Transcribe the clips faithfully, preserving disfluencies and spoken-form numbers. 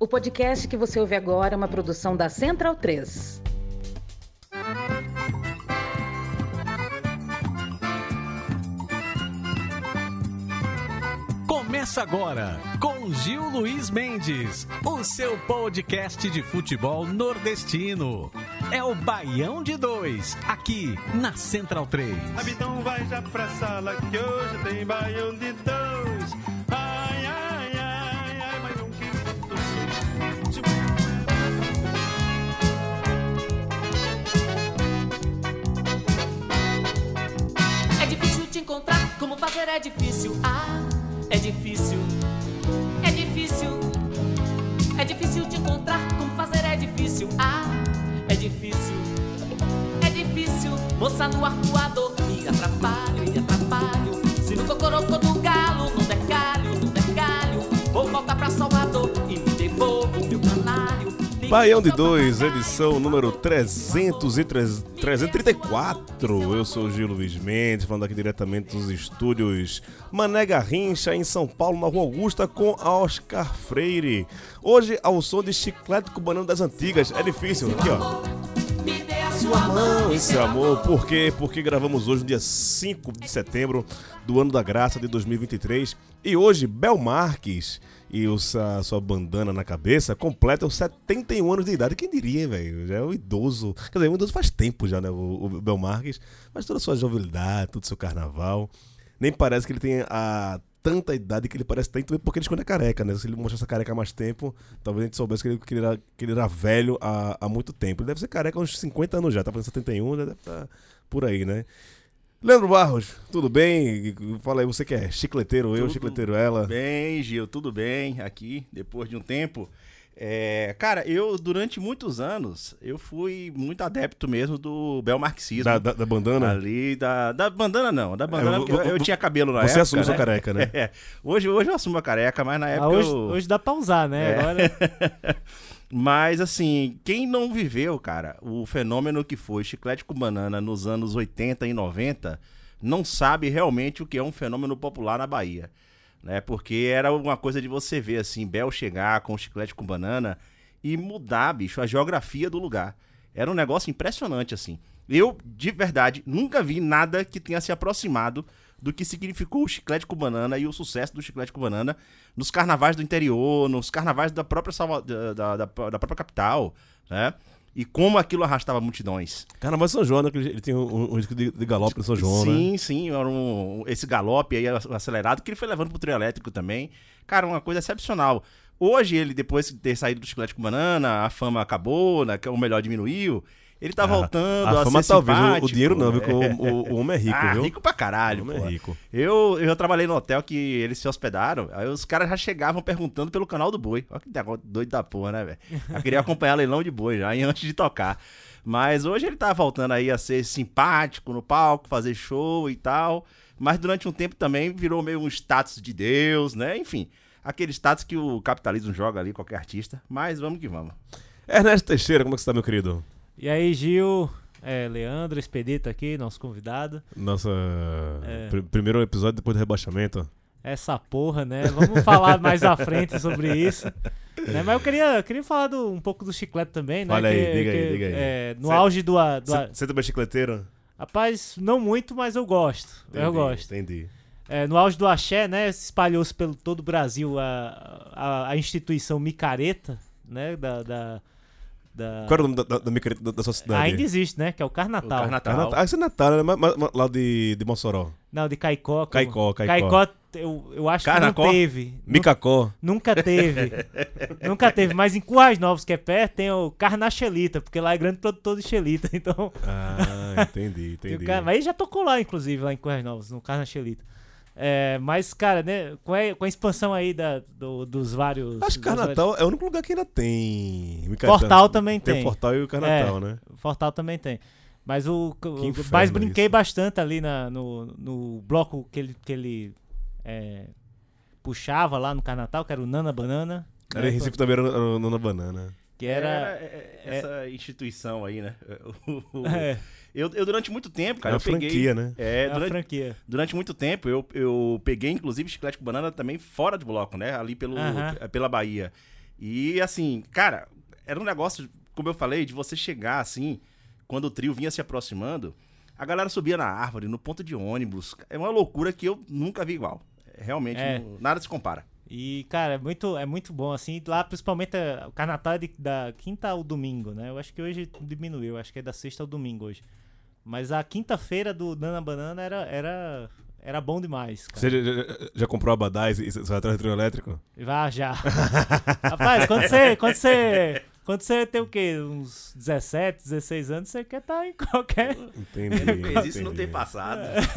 O podcast que você ouve agora é uma produção da Central três. Começa agora com Gil Luiz Mendes, o seu podcast de futebol nordestino. É o Baião de Dois, aqui na Central três. Então vai já pra sala que hoje tem Baião de Dois. Ai, ai, ai, ai, mas um quinto É difícil te encontrar, como fazer é difícil. Ah, é difícil, é difícil. É difícil te encontrar, como fazer é difícil. Ah, é difícil, é difícil. Moça no arcoador, me atrapalho, me atrapalho. Se no cocorocô do galo não der galho, não der galho, vou voltar pra Salvador e me devolvo meu canário. Baião de Dois, edição número trezentos e trinta e quatro. Eu sou o Gil Luiz Mendes, falando aqui diretamente dos estúdios Mané Garrincha, em São Paulo, na Rua Augusta, com a Oscar Freire. Hoje, ao som de Chiclete com Banana das Antigas. É difícil, aqui ó. Sua mão e seu amor. Por quê? Porque gravamos hoje, no dia cinco de setembro do ano da graça de dois mil e vinte e três. E hoje, Bel Marques e o, a sua bandana na cabeça completam setenta e um anos de idade. Quem diria, velho? Já é um idoso. Quer dizer, um idoso faz tempo já, né? O, o Bel Marques. Mas toda a sua jovialidade, todo o seu carnaval. Nem parece que ele tenha a tanta idade que ele parece ter, também porque ele esconde a careca, né? Se ele mostrar essa careca há mais tempo, talvez a gente soubesse que ele, que ele, era, que ele era velho há, há muito tempo. Ele deve ser careca há uns cinquenta anos já, tá fazendo setenta e um, deve estar por aí, né? Leandro Barros, tudo bem? Fala aí, você que é chicleteiro, eu, tudo chicleteiro ela. Bem, Gil, tudo bem aqui, depois de um tempo. É, cara, eu durante muitos anos, eu fui muito adepto mesmo do belmarxismo. Da, da, da bandana? Ali, da, da bandana não, da bandana é, porque eu, eu tinha cabelo na você época. Você assume né? sua careca, né? É, hoje, hoje eu assumo a careca, mas na época ah, hoje, eu... hoje dá pra usar, né? É. Agora... Mas assim, quem não viveu, cara, o fenômeno que foi Chiclete com Banana nos anos oitenta e noventa, não sabe realmente o que é um fenômeno popular na Bahia. Né? Porque era uma coisa de você ver, assim, Bel chegar com Chiclete com Banana e mudar, bicho, a geografia do lugar. Era um negócio impressionante, assim. Eu, de verdade, nunca vi nada que tenha se aproximado do que significou o Chiclete com Banana e o sucesso do Chiclete com Banana nos carnavais do interior, nos carnavais da própria, Salva... da, da, da, da própria capital, né? E como aquilo arrastava multidões. Carnaval de São João, né? Ele tem um, um risco de, de galope em São João, sim, né? Sim, sim. Era um, esse galope aí acelerado, que ele foi levando pro trio elétrico também. Cara, uma coisa excepcional. Hoje, ele, depois de ter saído do Chiclete com Banana, a fama acabou, né? Que o melhor diminuiu. Ele tá ah, voltando a, a fama, ser talvez, simpático. O, o dinheiro não, viu? O, o, o homem é rico, ah, viu? rico pra caralho, o homem pô. é rico. Eu, eu trabalhei no hotel que eles se hospedaram, aí os caras já chegavam perguntando pelo canal do boi. Olha que negócio doido da porra, né, velho? Eu queria acompanhar leilão de boi já, antes de tocar. Mas hoje ele tá voltando aí a ser simpático no palco, fazer show e tal. Mas durante um tempo também virou meio um status de Deus, né? Enfim, aquele status que o capitalismo joga ali, qualquer artista. Mas vamos que vamos. Ernesto Teixeira, como é que você tá, meu querido? E aí, Gil, é, Leandro, Expedito aqui, nosso convidado. Nossa, é. pr- primeiro episódio depois do rebaixamento. Essa porra, né? Vamos falar mais à frente sobre isso. Né? Mas eu queria, queria falar do, um pouco do chiclete também, né? Olha aí, que, diga que, aí, diga aí. É, no cê, auge do... do Você também é chicleteiro? Rapaz, não muito, mas eu gosto. Entendi, eu gosto. Entendi. É, no auge do axé, né? Espalhou-se pelo todo o Brasil a, a, a instituição micareta, né? Da... da Da... Qual era o nome da, da, da, da, da sua cidade? Ainda existe, né? Que é o Carnatal. O Carnatal. Carnatal. Ah, isso é Natal, né? Mas, mas, lá de, de Mossoró. Não, de Caicó. Caicó, Caicó. Caicó, eu, eu acho Carnacó? que não teve. Micacó. Nunca teve. Nunca teve. Mas em Currais Novos, que é perto, tem o Carnachelita, porque lá é grande produtor de chelita. Então. Ah, entendi, entendi. Car... Mas ele já tocou lá, inclusive, lá em Currais Novos, no Carnachelita. É, mas, cara, né, com a, com a expansão aí da, do, dos vários... Acho que Carnatal vários... é o único lugar que ainda tem. Fortal também tem. Tem o Fortal e o Carnatal, é, né? Fortal também tem. Mas o, o inferno, mas brinquei isso. bastante ali na, no, no bloco que ele, que ele é, puxava lá no Carnatal, que era o Nana Banana. Era em Recife também, era o Nana Banana. Que era... era essa é, instituição aí, né? É. Eu, eu durante muito tempo, cara, é eu peguei... franquia, né? É, é durante, franquia. Durante muito tempo, eu, eu peguei, inclusive, Chiclete com Banana também fora de bloco, né? Ali pelo, uh-huh. pela Bahia. E assim, cara, era um negócio, como eu falei, de você chegar assim, quando o trio vinha se aproximando, a galera subia na árvore, no ponto de ônibus. É uma loucura que eu nunca vi igual. Realmente, É. não- nada se compara. E, cara, é muito, é muito bom, assim. Lá, principalmente, é, o carnaval é de- da quinta ao domingo, né? Eu acho que hoje diminuiu, acho que é da sexta ao domingo hoje. Mas a quinta-feira do Nana Banana era, era, era bom demais, cara. Você já, já- já comprou abadá e e você vai atrás do trio elétrico? Vá já. Rapaz, quando você, quando você, quando você tem o quê? Uns dezessete, dezesseis anos, você quer estar em qualquer... Entendi. Fez isso não entendi. tem passado.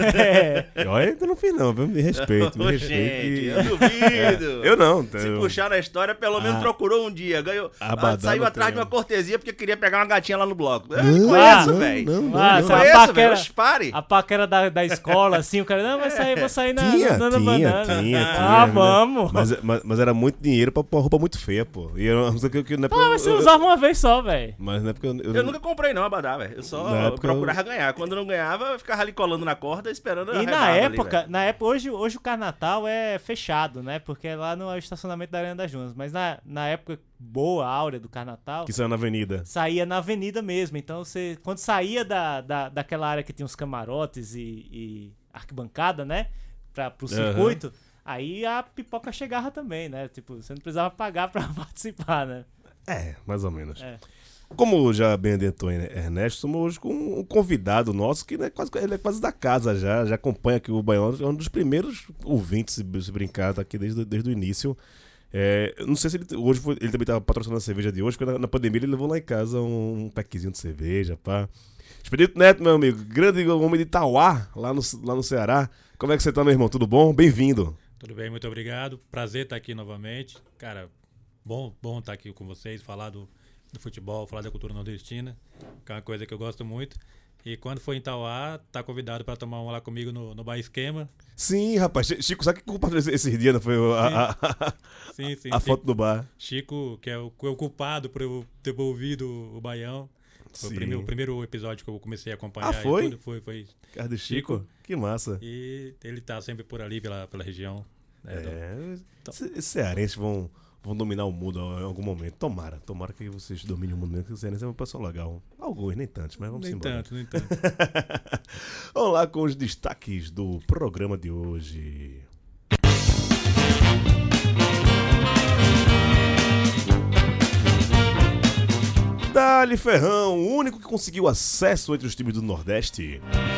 É. Olha, eu não fiz não, viu? Me respeito, me Ô, respeito. gente, e- eu duvido. Eu não. Se eu- puxar na história, pelo menos Ah. procurou um dia. Ganhou. Abadá ah, saiu não atrás tem, de uma não. cortesia porque queria pegar uma gatinha lá no bloco. Eu Não, conheço, não, velho. não, não, Ah, não. sabe- Conheço, paquera- velho. Oxe, pare. A paquera da, da escola, assim, o cara, não, vai sair, vou sair na, Tinha, na Nana tinha, Banana. tinha, Ah, tinha, né? vamos. Mas, mas, mas era muito dinheiro pra pôr uma roupa muito feia, pô. E eu não sei que, que não é Pô, porque mas você eu- usava uma vez só, velho. Mas não é porque eu. eu- Eu nunca comprei não, Abadá, velho. Eu só Na época procurava ganhar. Quando não ganhava, eu ficava ali colando na corda, esperando a E na rebarba ali, época, velho. na época hoje, hoje o Carnatal é fechado, né? Porque é lá no estacionamento da Arena das Dunas. Mas na, na época boa, áurea do Carnatal, Que saiu na avenida. saía na avenida mesmo. Então você, quando saía da, da, daquela área que tinha os camarotes e, e arquibancada, né? Pra, pro Aham. circuito, aí a pipoca chegava também, né? Tipo, você não precisava pagar pra participar, né? É, mais ou menos. É. Como já bem adiantou Ernesto, estamos hoje com um convidado nosso que ele é quase, ele é quase da casa já, já acompanha aqui o Baião, é um dos primeiros ouvintes, se, se brincar, tá aqui desde, desde o início. É, eu não sei se ele hoje foi- ele também estava patrocinando a cerveja de hoje, porque na, na pandemia ele levou lá em casa um, um packzinho de cerveja, pá. Expedito Neto, meu amigo, grande homem de Itauá, lá no, lá no Ceará. Como é que você tá, meu irmão? Tudo bom? Bem-vindo. Tudo bem, muito obrigado. Prazer estar aqui novamente. Cara, bom, bom estar aqui com vocês, falar do, do futebol, falar da cultura nordestina, que é uma coisa que eu gosto muito. E quando for em Itauá, tá convidado para tomar uma lá comigo no, no Bar Esquema. Sim, rapaz. Chico, sabe que compartilhou esse, esse dia, não foi? A, a, Sim, sim. a sim. foto do bar. Chico, que é o, é o culpado por eu ter ouvido o Baião. Foi o Sim. primeiro, o primeiro episódio que eu comecei a acompanhar. Ah, foi? E tudo, foi, foi. Cara do Chico. Chico. Que massa. E ele tá sempre por ali, pela, pela região. Né, do- É, esses cearenses vão, vão dominar o mundo em algum momento. Tomara, tomara que vocês dominem o mundo mesmo, que os cearenses é um pessoal legal. Alguns, nem tantos, mas vamos nem embora. tanto, nem tanto. Vamos lá com os destaques do programa de hoje. Dali Ferrão, o único que conseguiu acesso entre os times do Nordeste.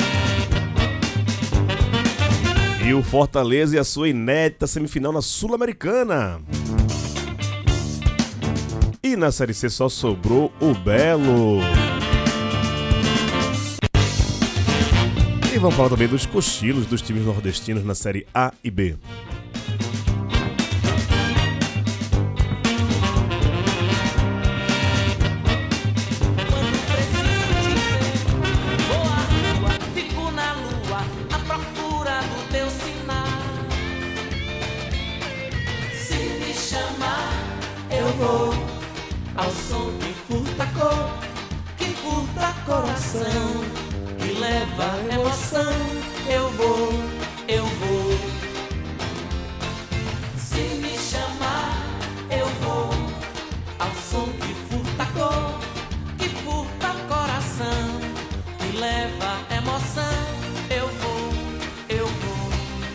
E o Fortaleza e a sua inédita semifinal na Sul-Americana. E na Série C só sobrou o Belo. E vamos falar também dos cochilos dos times nordestinos na Série A e B. Quando preciso te ver, vou à rua, fico na lua, à procura do teu sinal. Se me chamar, eu vou ao som que furta cor, que furta coração, que leva emoção. Eu vou, eu vou. Se me chamar, eu vou ao som que furta cor, que furta coração, que leva emoção. Eu vou, eu vou.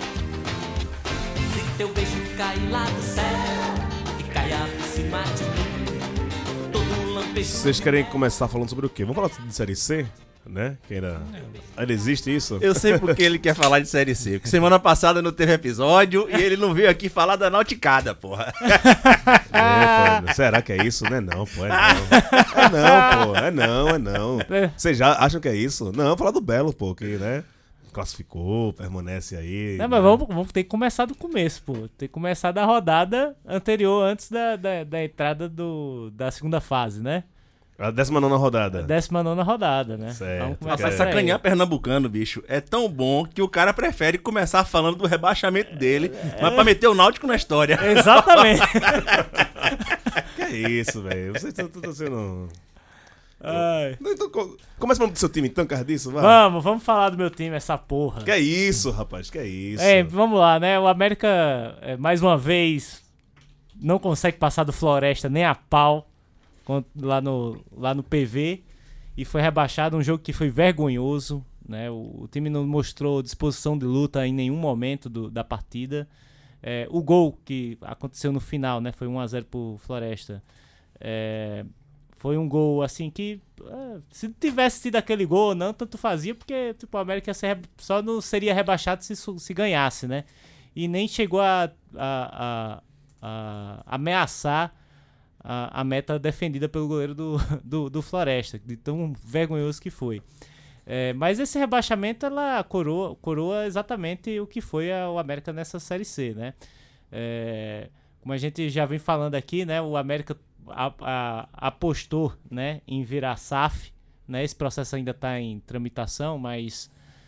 Se teu beijo cair lá do céu e caia por cima de mim, todo lampejo. Vocês querem começar falando sobre o quê? Vamos falar de Série C? Né? Que ainda, ainda existe isso? Eu sei porque ele quer falar de Série C. Porque semana passada não teve episódio e ele não veio aqui falar da Nauticada, porra. É, pô, será que é isso? Não é não, pô. É não. É não, pô. É não, é não. Vocês já acham que é isso? Não, falar do Belo, pô, que, né? Classificou, permanece aí. Não, né? mas vamos, vamos ter que começar do começo, pô. Tem que começar da rodada anterior, antes da, da, da entrada do, da segunda fase, né? A décima nona rodada. Décima nona rodada, né? Certo. Vamos Rapaz, começar por aí. sacanear pernambucano, bicho, é tão bom que o cara prefere começar falando do rebaixamento dele, mas pra meter o Náutico na história. Exatamente. Que é isso, velho? Vocês estão sendo... Ai. Então, co- começa falando do seu time então, Cardiço, vai. Vamos, vamos falar do meu time, essa porra. Que é isso, rapaz, que é isso. É, vamos lá, né? O América, é, mais uma vez, não consegue passar do Floresta nem a pau lá no, lá no P V e foi rebaixado, um jogo que foi vergonhoso, né? O, o time não mostrou disposição de luta em nenhum momento do, da partida. É, o gol que aconteceu no final, né? Foi um a zero pro Floresta. É, foi um gol assim que é, se tivesse tido aquele gol ou não, tanto fazia, porque tipo, o América ser, só não seria rebaixado se, se ganhasse, né? E nem chegou a, a, a, a ameaçar a, a meta defendida pelo goleiro do, do, do Floresta, de tão vergonhoso que foi. É, mas esse rebaixamento, ela coroa, coroa exatamente o que foi a, o América nessa Série C, né? É, como a gente já vem falando aqui, né? O América a, a, apostou, né, em virar S A F, né? Esse processo ainda está em tramitação, mas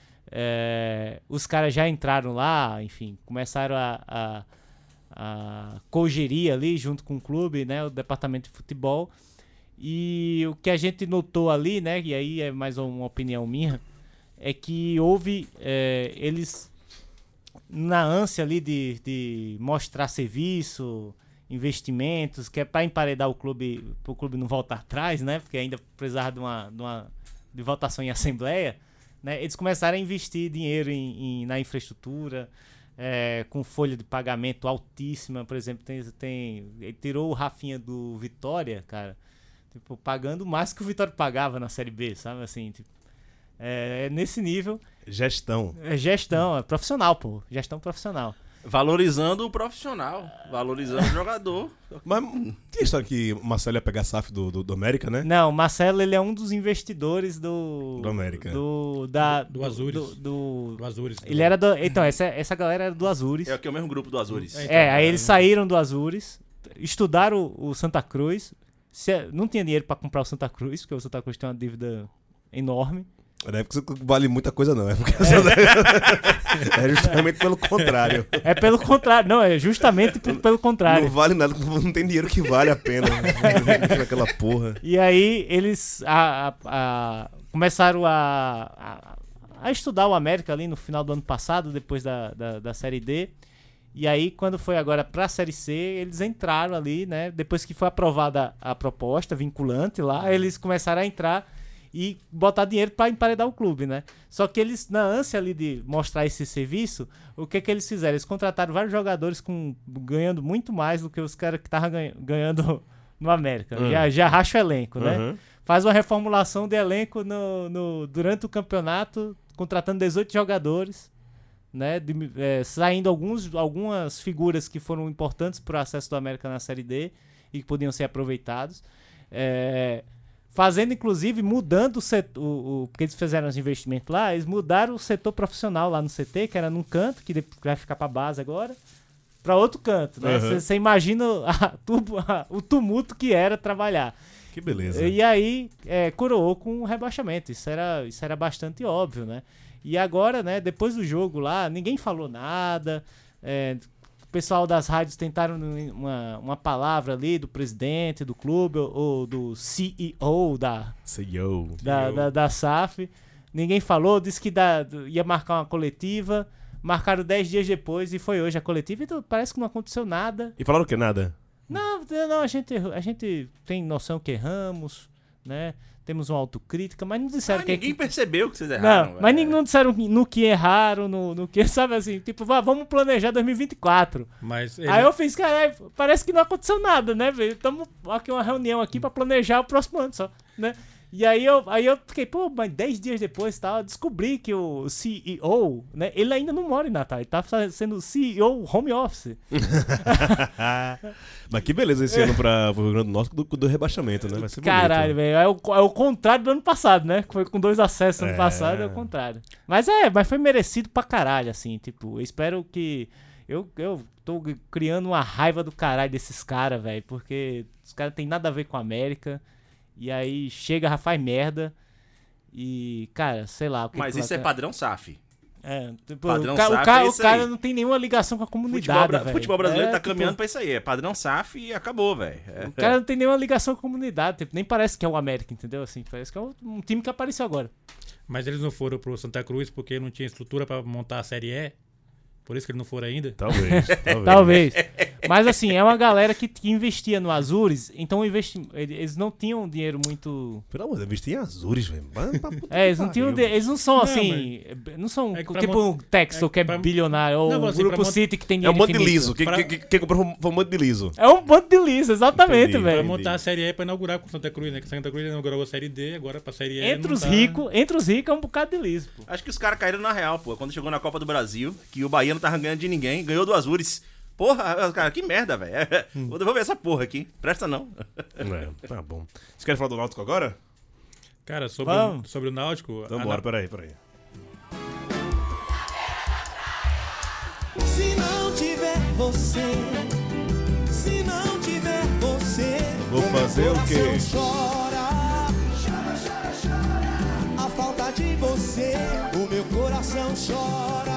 é, os caras já entraram lá, enfim, começaram a, a, a cogerir ali junto com o clube, né? O departamento de futebol. E o que a gente notou ali, né, e aí é mais uma opinião minha, é que houve, é, eles, na ânsia ali de, de mostrar serviço, investimentos, que é para emparedar o clube, para o clube não voltar atrás, né, porque ainda precisava de uma, de uma de votação em assembleia, né, eles começaram a investir dinheiro em, em, na infraestrutura, é, com folha de pagamento altíssima, por exemplo, tem, tem, ele tirou o Rafinha do Vitória, cara, tipo, pagando mais que o Vitória pagava na Série B, sabe? Assim, tipo, é, é nesse nível. Gestão. É gestão, é profissional, pô. Gestão profissional. Valorizando o profissional, valorizando o jogador. Mas tinha história que o Marcelo ia pegar a S A F do, do, do América, né? Não, o Marcelo, ele é um dos investidores do... Do América. Do, da, do, do Azures. Do, do, do Azures. Ele era do... Então, essa, essa galera era do Azures. É aqui é o mesmo grupo do Azures. É, então, é aí eles saíram do Azures, estudaram o, o Santa Cruz. Se, não tinha dinheiro pra comprar o Santa Cruz, porque o Santa Cruz tem uma dívida enorme. Não é porque vale muita coisa, não. É, porque é. é justamente pelo contrário. É pelo contrário. Não, é justamente pelo contrário. Não vale nada, não tem dinheiro que vale a pena. Aquela porra. E aí eles a, a, a, começaram a, a, a estudar o América ali no final do ano passado, depois da, da, da Série D. E aí, quando foi agora pra Série C, eles entraram ali, né? Depois que foi aprovada a proposta vinculante lá, eles começaram a entrar e botar dinheiro pra emparedar o clube, né? Só que eles, na ânsia ali de mostrar esse serviço, o que que eles fizeram? Eles contrataram vários jogadores com, ganhando muito mais do que os caras que estavam ganhando no América. Uhum. Já, já racha o elenco, né? Uhum. Faz uma reformulação de elenco no, no, durante o campeonato, contratando dezoito jogadores. Né, de, é, saindo alguns, algumas figuras que foram importantes para o acesso do América na Série D e que podiam ser aproveitados, é, fazendo inclusive, mudando o setor, o, o, porque eles fizeram os investimentos lá, eles mudaram o setor profissional lá no C T, que era num canto, que vai ficar para a base agora, para outro canto, né? Você uhum. imagina a, a, o tumulto que era trabalhar. Que beleza. E aí, é, coroou com o rebaixamento, isso era, isso era bastante óbvio, né? E agora, né, depois do jogo lá, ninguém falou nada, é, o pessoal das rádios tentaram uma, uma palavra ali do presidente do clube ou, ou do C E O da, C E O. Da, da, da S A F, ninguém falou, disse que dá, ia marcar uma coletiva, marcaram dez dias depois e foi hoje a coletiva, então parece que não aconteceu nada. E falaram o que? Nada? Não, não a, gente, a gente tem noção que erramos, né? Temos uma autocrítica, mas não disseram ah, que... ninguém que... percebeu que vocês erraram. Não, mas ninguém não disseram no que erraram, no, no que, sabe assim, tipo, vá, vamos planejar dois mil e vinte e quatro. Mas ele... Aí eu fiz, cara, parece que não aconteceu nada, né, velho? Estamos aqui uma reunião aqui pra planejar o próximo ano só, né? E aí eu, aí eu fiquei, pô, mas dez dias depois, tal, eu descobri que o C E O, né, ele ainda não mora em Natal, ele tá sendo C E O home office. Mas que beleza esse ano pra o Rio Grande do Norte do, do rebaixamento, né? Vai ser bonito. Caralho, velho, é, o, é o contrário do ano passado, né? Foi com dois acessos ano é... passado, é o contrário. Mas é, mas foi merecido pra caralho, assim, tipo, eu espero que... Eu, eu tô criando uma raiva do caralho desses caras, velho, porque os caras têm nada a ver com a América. E aí chega, já faz merda. E, cara, sei lá. O que Mas que isso é padrão S A F. É, tipo, padrão o, ca, S A F o, ca, é o isso cara aí. não tem nenhuma ligação com a comunidade. Futebol, véio. futebol brasileiro é, tá tipo, caminhando pra isso aí. É padrão S A F e acabou, velho. É. O cara não tem nenhuma ligação com a comunidade. Tipo, nem parece que é o América, entendeu? Assim, parece que é um, um time que apareceu agora. Mas eles não foram pro Santa Cruz porque não tinha estrutura pra montar a Série E? Por isso que ele não for ainda? Talvez, talvez. Talvez. Mas assim, é uma galera que, que investia no Azures, então investi... eles não tinham dinheiro muito... Pelo amor de Deus, investir em Azures, velho. Vai pra puta É, eles que não tinham. pariu. de- Eles não são Não, assim. Não são é que pra tipo mon- o Texel, é que é pra- bilionário, ou Não, o assim, Grupo pra mon- City, que tem É um dinheiro monte de infinito. liso. Quem, Pra- quem, quem comprou foi um monte de liso. É um monte de liso, exatamente, Entendi. Pra velho. montar a Série E pra inaugurar com Santa Cruz, né? Que Santa Cruz inaugurou a Série D, agora pra Série E. Entre não os tá- ricos, entre os ricos é um bocado de liso, pô. Acho que os caras caíram na real, pô. Quando chegou na Copa do Brasil, que o Bahia não tava ganhando de ninguém, ganhou do Azures. Porra, cara, que merda, velho. Vou devolver essa porra aqui. Presta não. É, tá bom. Vocês querem falar do Náutico agora? Cara, sobre, o, Vamos. sobre o Náutico. Então a- bora, peraí, peraí. Se não tiver você, se não tiver você, Vou fazer o quê? coração chora, chora, chora, chora. A falta de você, o meu coração chora.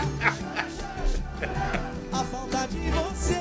A falta de você,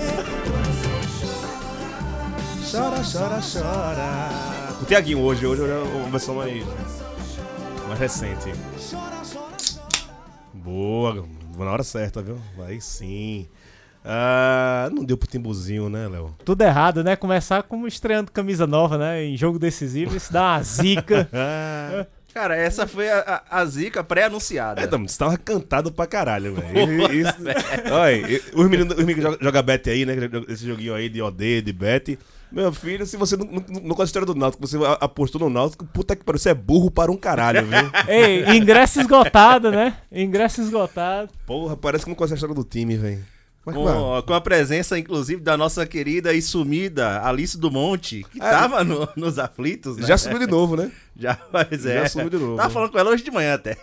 Chora, chora, chora. O Tiaguinho hoje, hoje é uma versão mais, mais recente. chora, chora. Boa, vou na hora certa, viu? Vai sim. Ah, não deu pro Timbuzinho, né, Léo? Tudo errado, né? Começar como estreando camisa nova, né? Em jogo decisivo, isso dá uma zica. Ah, Cara, essa foi a, a, a zica pré-anunciada. é, não, você tava cantado pra caralho, velho. Isso- Olha, os meninos, os meninos que jogam joga bet aí, né? Esse joguinho aí de O D, de bet. Meu filho, se você não, não, não conhece a história do Náutico, você a- apostou no Náutico, puta que pariu, você é burro para um caralho, viu? Ei, ingresso esgotado, né? Ingresso esgotado. Porra, parece que não conhece a história do time, velho. Mas, Com, mano, com a presença, inclusive, da nossa querida e sumida Alice do Monte, que É. tava no- nos aflitos, né? já subiu de novo, né? Já, mas é. Já sumiu de novo. Tava falando com ela hoje de manhã até.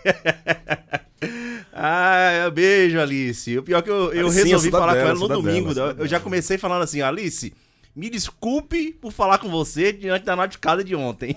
Ah, beijo, Alice. O pior é que eu, eu Alicinha, resolvi falar cidadela, com ela no cidadela, domingo. cidadela. Eu já comecei falando assim, Alice, me desculpe por falar com você diante da noticada de ontem.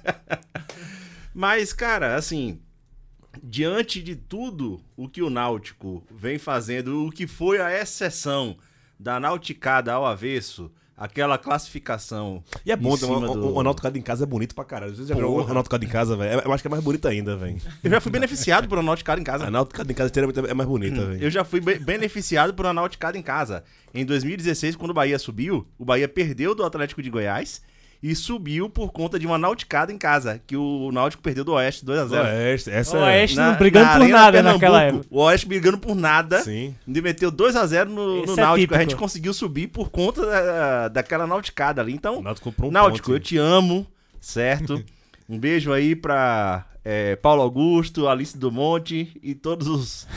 Mas, cara, assim, diante de tudo o que o Náutico vem fazendo, o que foi a exceção da nauticada ao avesso, aquela classificação. E é bom, em ter cima uma, do- uma nauticada em casa é bonito pra caralho. Você já Porra. jogou uma nauticada em casa, velho? Eu acho que é mais bonita ainda, velho. Eu já fui beneficiado por uma nauticada em casa. A nauticada em casa é mais bonita, velho. Eu já fui be- beneficiado por uma nauticada em casa. Em dois mil e dezesseis, quando o Bahia subiu, o Bahia perdeu do Atlético de Goiás e subiu por conta de uma nauticada em casa, que o Náutico perdeu do Oeste dois a zero. Oeste, essa O Oeste Na- não brigando na por Arena nada Pernambuco. naquela época. O Oeste brigando por nada. Sim. Ainda meteu dois a zero no, Esse no é Náutico. A típico. gente conseguiu subir por conta da, daquela nauticada ali. Então, O Náutico comprou um Náutico, ponte. eu te amo, certo? Um beijo aí pra é, Paulo Augusto, Alice do Monte e todos os,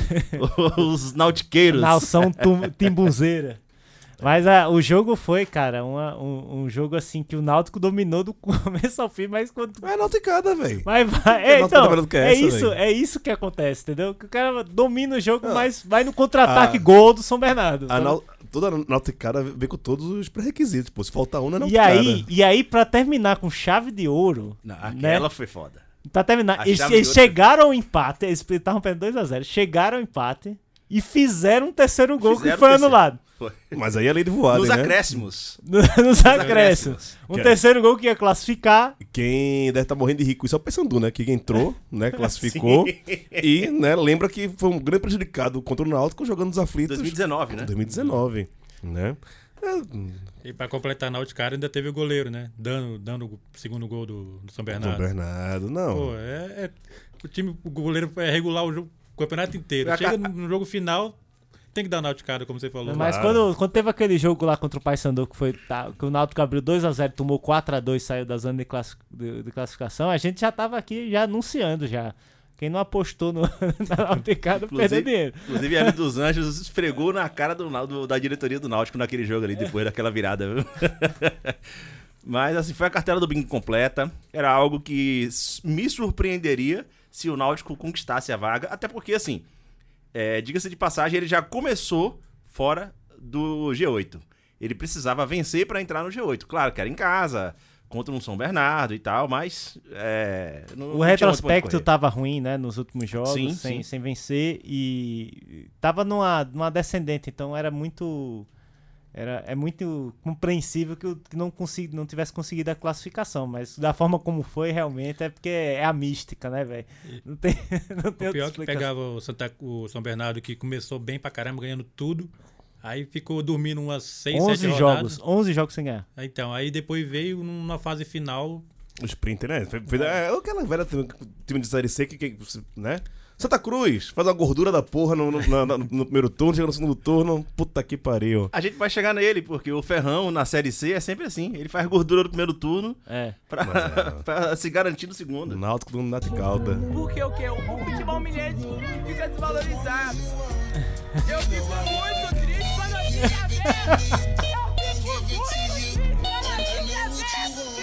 os nautiqueiros. Nação tum- timbuzeira. Mas ah, o jogo foi, cara, uma- um, um jogo assim que o Náutico dominou do começo ao fim, mas quando. É nauticada, velho. Mas vai, Que é, Náutico tá então, melhor do que é essa, isso, velho? é isso que acontece, entendeu? Que o cara domina o jogo, Ah. mas vai no contra-ataque Ah. gol do São Bernardo. A sabe? nau- Toda nauticada vem com todos os pré-requisitos, pô. Se faltar um, não é E nauticada. aí, e aí, pra terminar com chave de ouro, Não, né? aquela foi foda. Pra terminar, A eles, chave de eles ouro chegaram ao empate, eles estavam perdendo dois a zero, chegaram ao empate e fizeram um terceiro gol Fizeram que foi o terceiro. anulado. Foi. Mas aí é lei de voada, Nos né? acréscimos. No- Nos acréscimos. Um Que é- terceiro gol que ia classificar. Quem deve estar morrendo de rico, isso é o Paysandu, né? Que entrou, né? Classificou. E, né, lembra que foi um grande prejudicado contra o Náutico jogando nos aflitos. dois mil e dezenove, né? dois mil e dezenove, né? É, E pra completar a Náutica ainda teve o goleiro, né? Dando, dando o segundo gol do, do São Bernardo. São Bernardo, não. Pô, é, é- o time, o goleiro é regular o, jogo, o campeonato inteiro. A Chega ca- no, no jogo final, tem que dar nauticada, como você falou. Mas Claro. quando, quando teve aquele jogo lá contra o Paysandu que foi tá, que o Náutico abriu dois a zero, tomou quatro a dois, saiu da zona de, classi- de- de classificação, a gente já tava aqui já anunciando já. Quem não apostou no, na Nauticada perdeu dinheiro. Inclusive, a Ali dos Anjos esfregou na cara do, Nau- do- da diretoria do Náutico naquele jogo ali, depois daquela virada, viu? Mas, assim, foi a cartela do bingo completa. Era algo que s- me surpreenderia se o Náutico conquistasse a vaga. Até porque, assim, é, diga-se de passagem, ele já começou fora do G oito. Ele precisava vencer para entrar no G oito. Claro que era em casa, contra um São Bernardo e tal, mas... É, não- O não tinha muito pra onde retrospecto correr. tava ruim, né, nos últimos jogos, Sim, sem, sim. sem vencer, e tava numa, numa descendente, então era muito... Era, é muito compreensível que, o- que não, consegui, não tivesse conseguido a classificação, mas da forma como foi, realmente, é porque é a mística, né, velho? Não tem, não tem O outra pior é que explicação. pegava o, Santa, o São Bernardo, que começou bem pra caramba, ganhando tudo. Aí ficou dormindo umas seis, sete onze rodadas. jogos, onze jogos sem ganhar. Então, aí depois veio numa fase final. O Sprinter, né? Foi- foi- É aquela velha time time de Série C que, que, né? Santa Cruz, faz uma gordura da porra no, no, na- na- no primeiro turno, chega no segundo turno, puta que pariu. A gente vai chegar nele, porque o Ferrão na Série C é sempre assim. Ele faz gordura no primeiro turno É. pra, pra se garantir no segundo. Náutico do Nath Calda. Porque o que? O futebol mineiro fica desvalorizado. Eu fico muito triste quando eu fico sabendo. Eu fico muito triste quando eu fico sabendo.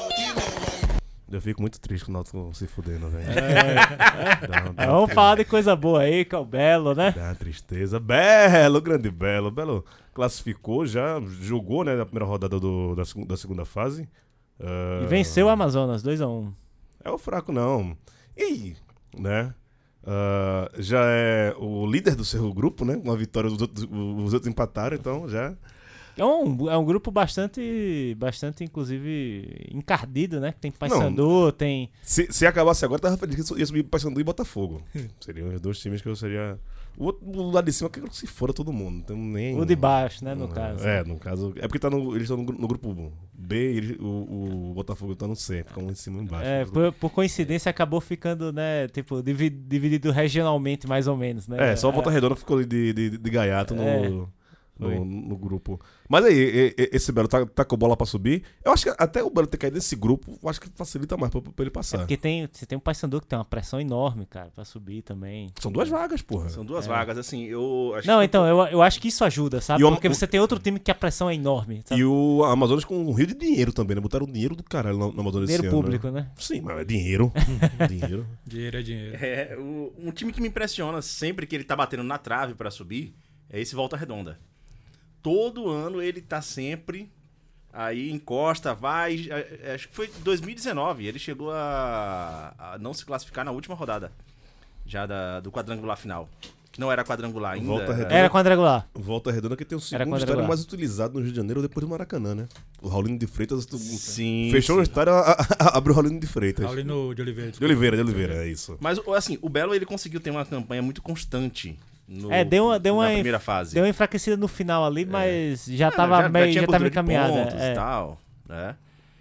Eu fico muito triste com o Náutico se fudendo, velho. Dá- dá Mas uma vamos falar de coisa boa aí, que é o Belo, né? Dá uma tristeza. Belo, grande Belo. Belo classificou já, jogou, né, na primeira rodada do, da, seg- da segunda fase. Ah, E venceu o Amazonas, dois a um. É o fraco, não. E, né, ah, já é o líder do seu grupo, né, com a vitória dos outros, os outros empataram, então já... É um, é um grupo bastante, bastante, inclusive, encardido, né? Que tem Paysandu, tem... Se, se acabasse agora, tava feliz que ia subir Paysandu e Botafogo. Seriam os dois times que eu seria... O outro do lado de cima, eu quero que se fora todo mundo. Não tem nem... O de baixo, né, no caso. É, no caso... É porque tá no, eles estão no, gru- no grupo B e eles- o, o Botafogo tá no C. Fica um em cima e embaixo. É, por, por coincidência acabou ficando, né, tipo, divi- dividido regionalmente, mais ou menos, né? É, só o Volta Redonda ficou ali de, de, de gaiato no, É, no, foi. no grupo. Mas aí, e- e- esse Belo tá, tá com bola pra subir. Eu acho que até o Belo ter caído nesse grupo, eu acho que facilita mais pra, pra ele É passar. porque tem, você tem um Paysandu que tem uma pressão enorme, cara, pra subir também. São duas vagas, porra. São duas É. vagas, assim, eu acho Não, que... então, eu, eu acho que isso ajuda, sabe? E o- Porque você tem outro time que a pressão é enorme, sabe? E o Amazonas com um rio de dinheiro também, né? Botaram dinheiro do caralho no, no Amazonas Dinheiro esse ano, público, né? Sim, mas é dinheiro. dinheiro. Dinheiro é dinheiro. É, o- um time que me impressiona sempre que ele tá batendo na trave pra subir é esse Volta Redonda. Todo ano ele tá sempre aí, encosta, vai. é, é, Acho que foi em dois mil e dezenove. Ele chegou a, a não se classificar na última rodada já da, do quadrangular final. Que não era quadrangular ainda. Volta era- Redonda. Era quadrangular. Volta Redonda que tem o Era segundo quadrangular. estádio mais utilizado no Rio de Janeiro depois do Maracanã, né? O Raulino de Freitas Sim, fechou sim. no estádio, a- a- abriu o Raulino de Freitas. Paulino de Oliveira. De Oliveira, de Oliveira, é isso. Mas, assim, o Belo ele conseguiu ter uma campanha muito constante. No, É, deu uma, deu uma, na enf- primeira fase. Deu uma enfraquecida no final ali, mas já Ah, tava já, meio, já tinha já tava gordura de encaminhada. pontos é. e tal, né?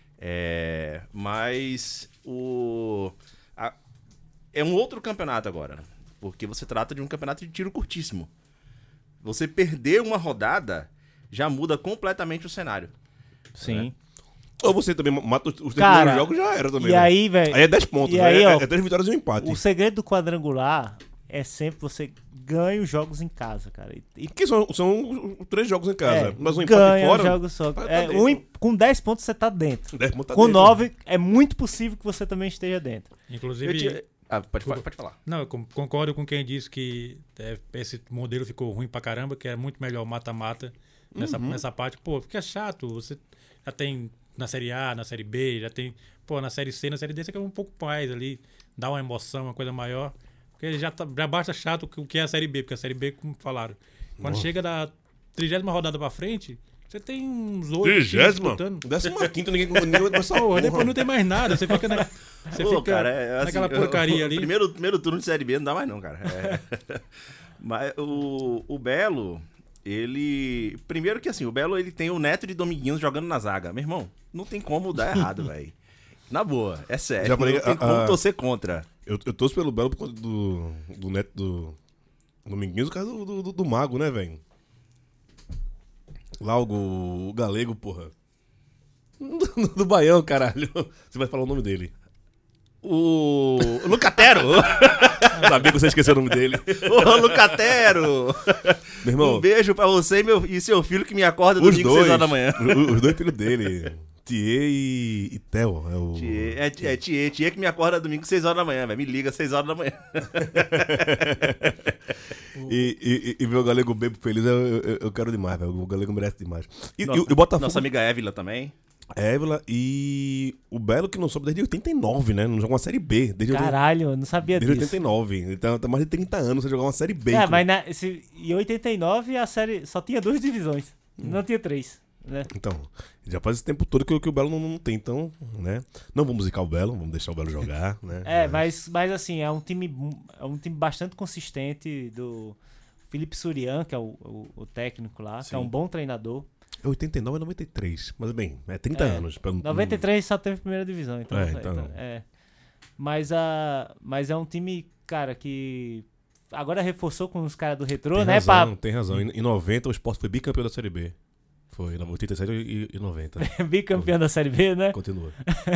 É, mas o a- é um outro campeonato agora, né? Porque você trata de um campeonato de tiro curtíssimo. Você perder uma rodada já muda completamente o cenário. Sim. Ou você também mata os os três Cara, primeiros jogos, já era também. E né? aí, velho. Aí é dez pontos, e né? aí, é, ó, é três vitórias e um empate. O segredo do quadrangular é sempre você ganha os jogos em casa, cara. E, e Que são, são os três jogos em casa. é, mas um empate ganha fora. os jogos só. tá É, dentro. um em- com dez pontos você tá dentro. dez pontos tá com dentro. nove é muito possível que você também esteja dentro. Inclusive. Eu tinha- Ah, pode, falar, pode falar. Não, eu com- concordo com quem disse que é, esse modelo ficou ruim pra caramba, que é muito melhor o mata-mata nessa, Uhum. nessa parte. Pô, fica chato. Você já tem na Série A, na Série B, já tem. Pô, na Série C, na Série D, você quer um pouco mais ali, dá uma emoção, uma coisa maior. Porque já, tá, já basta chato o que é a Série B, porque a Série B, como falaram, quando Nossa. chega da trigésima rodada pra frente, você tem uns oito. Trigésima? disputando. Décima quinta, ninguém ninguém vai passar. Pô, depois não tem mais nada. Você fica, na, você Pô, fica cara, é, assim, naquela porcaria o, ali. Primeiro, primeiro turno de Série B não dá mais não, cara. É. Mas o, o Belo, ele... Primeiro que assim, o Belo ele tem o Neto de Dominguinhos jogando na zaga. Meu irmão, não tem como dar errado, velho. Na boa, é sério. Já falei, não tem a- como a- torcer contra. Eu, eu torço pelo Belo por conta do, do neto do Dominguinhos, por causa do, do, do, do Mago, né, velho? Lá o, o Galego, porra. Do, do Baião, caralho. Você vai falar o nome dele. O Lucatero! Sabia que você esqueceu o nome dele. Ô, Lucatero! Meu irmão, Um beijo pra você e, meu, e seu filho que me acorda os domingo dois, seis horas da manhã. o- os dois filhos dele. Thier e, e Theo. É o... Tie, é, é Tie, Tie que me acorda domingo seis horas da manhã, velho. Me liga seis horas da manhã. E, e, e ver o Galego bebo feliz, eu, eu, eu quero demais, velho. O Galego merece demais. E, Nossa, e o Botafogo, Nossa amiga Évila também. Évila e o Belo que não soube desde oitenta e nove, né? Não joga uma Série B. Desde, Caralho, eu não sabia desde disso. oitenta e nove. Então tá mais de trinta anos você jogar uma Série B. É, cara. mas na, esse, em oitenta e nove a série só tinha duas divisões. Não tinha três, né? Então, já faz esse tempo todo que, que o Belo não, não tem, então, né? Não vamos musicar o Belo, vamos deixar o Belo jogar, né? É, mas, mas assim, é um time, é um time bastante consistente do Felipe Surian, que é o, o, o técnico lá, Sim. que é um bom treinador. É oitenta e nove e noventa e três, mas bem, é trinta É, anos. Pra, noventa e três só teve primeira divisão, então. É, então. é. Mas, a, mas é um time, cara, que agora reforçou com os caras do Retrô, Tem né? razão, pra- tem razão. Em, em noventa o Sport foi bicampeão da Série B. Foi, em oitenta e sete e, e noventa. Bicampeão da Série B, né? Continua.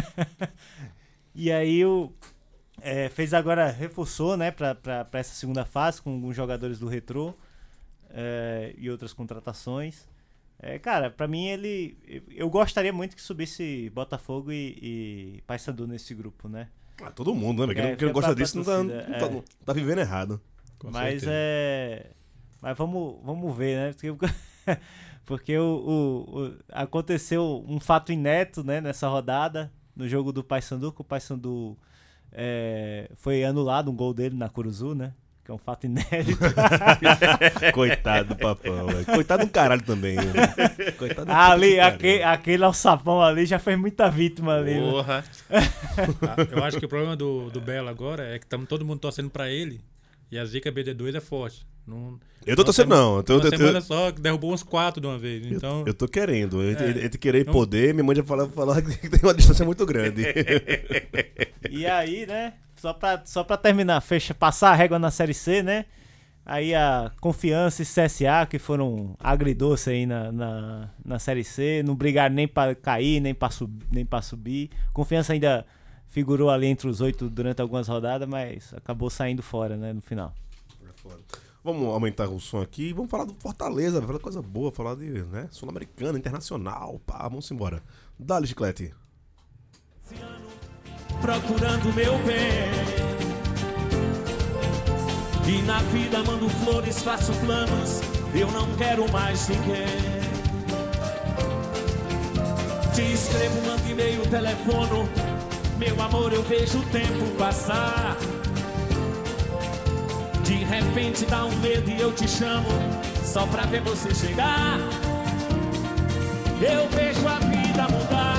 E aí o é, fez agora, reforçou, né, pra, pra, pra essa segunda fase com alguns jogadores do Retrô é, e outras contratações. É, cara, pra mim ele. Eu, eu gostaria muito que subisse Botafogo e, e Paysandu nesse grupo, né? Ah, todo mundo, né? Quem, É, não- quem não pra- gosta pra disso não tá, torcida, não, tá, é. não tá vivendo errado. Com Mas certeza. é. Mas vamos, vamos ver, né? Porque, porque o, o, o- aconteceu um fato inédito, né, nessa rodada, no jogo do Paysandu, que o Paysandu é, foi anulado um gol dele na Curuzu, né? Que é um fato inédito. Coitado do papão, velho. Coitado do caralho também. Né? Coitado do ali, puta que aquele, pariu. aquele alçapão ali já fez muita vítima ali. né? Porra. Ah, eu acho que o problema do, do Belo agora é que estamos todo mundo torcendo pra ele e a zica B D dois é forte. Não, Eu tô uma torcendo, sema- não. Eu tô, uma eu, semana eu, só que derrubou uns quatro de uma vez. Então, eu tô querendo. É. Entre, entre querer e Então- poder, minha mãe já falava, falava que tem uma distância muito grande. E aí, né? Só pra, só pra terminar, fecha, passar a régua na Série C, né? Aí a Confiança e C S A, que foram agridoce aí na, na, na Série C, não brigaram nem pra cair, nem pra, sub, nem pra subir. Confiança ainda figurou ali entre os oito durante algumas rodadas, mas acabou saindo fora, né, no final. Vamos aumentar o som aqui e vamos falar do Fortaleza, falar de coisa boa, falar de, né, sul-americana, internacional, pá, vamos embora. Dá-lhe, Chiclete. Procurando meu bem. E na vida mando flores, faço planos. Eu não quero mais ninguém. Te escrevo, mando e-mail, telefono. Meu amor, eu vejo o tempo passar. De repente dá um medo e eu te chamo só pra ver você chegar. Eu vejo a vida mudar.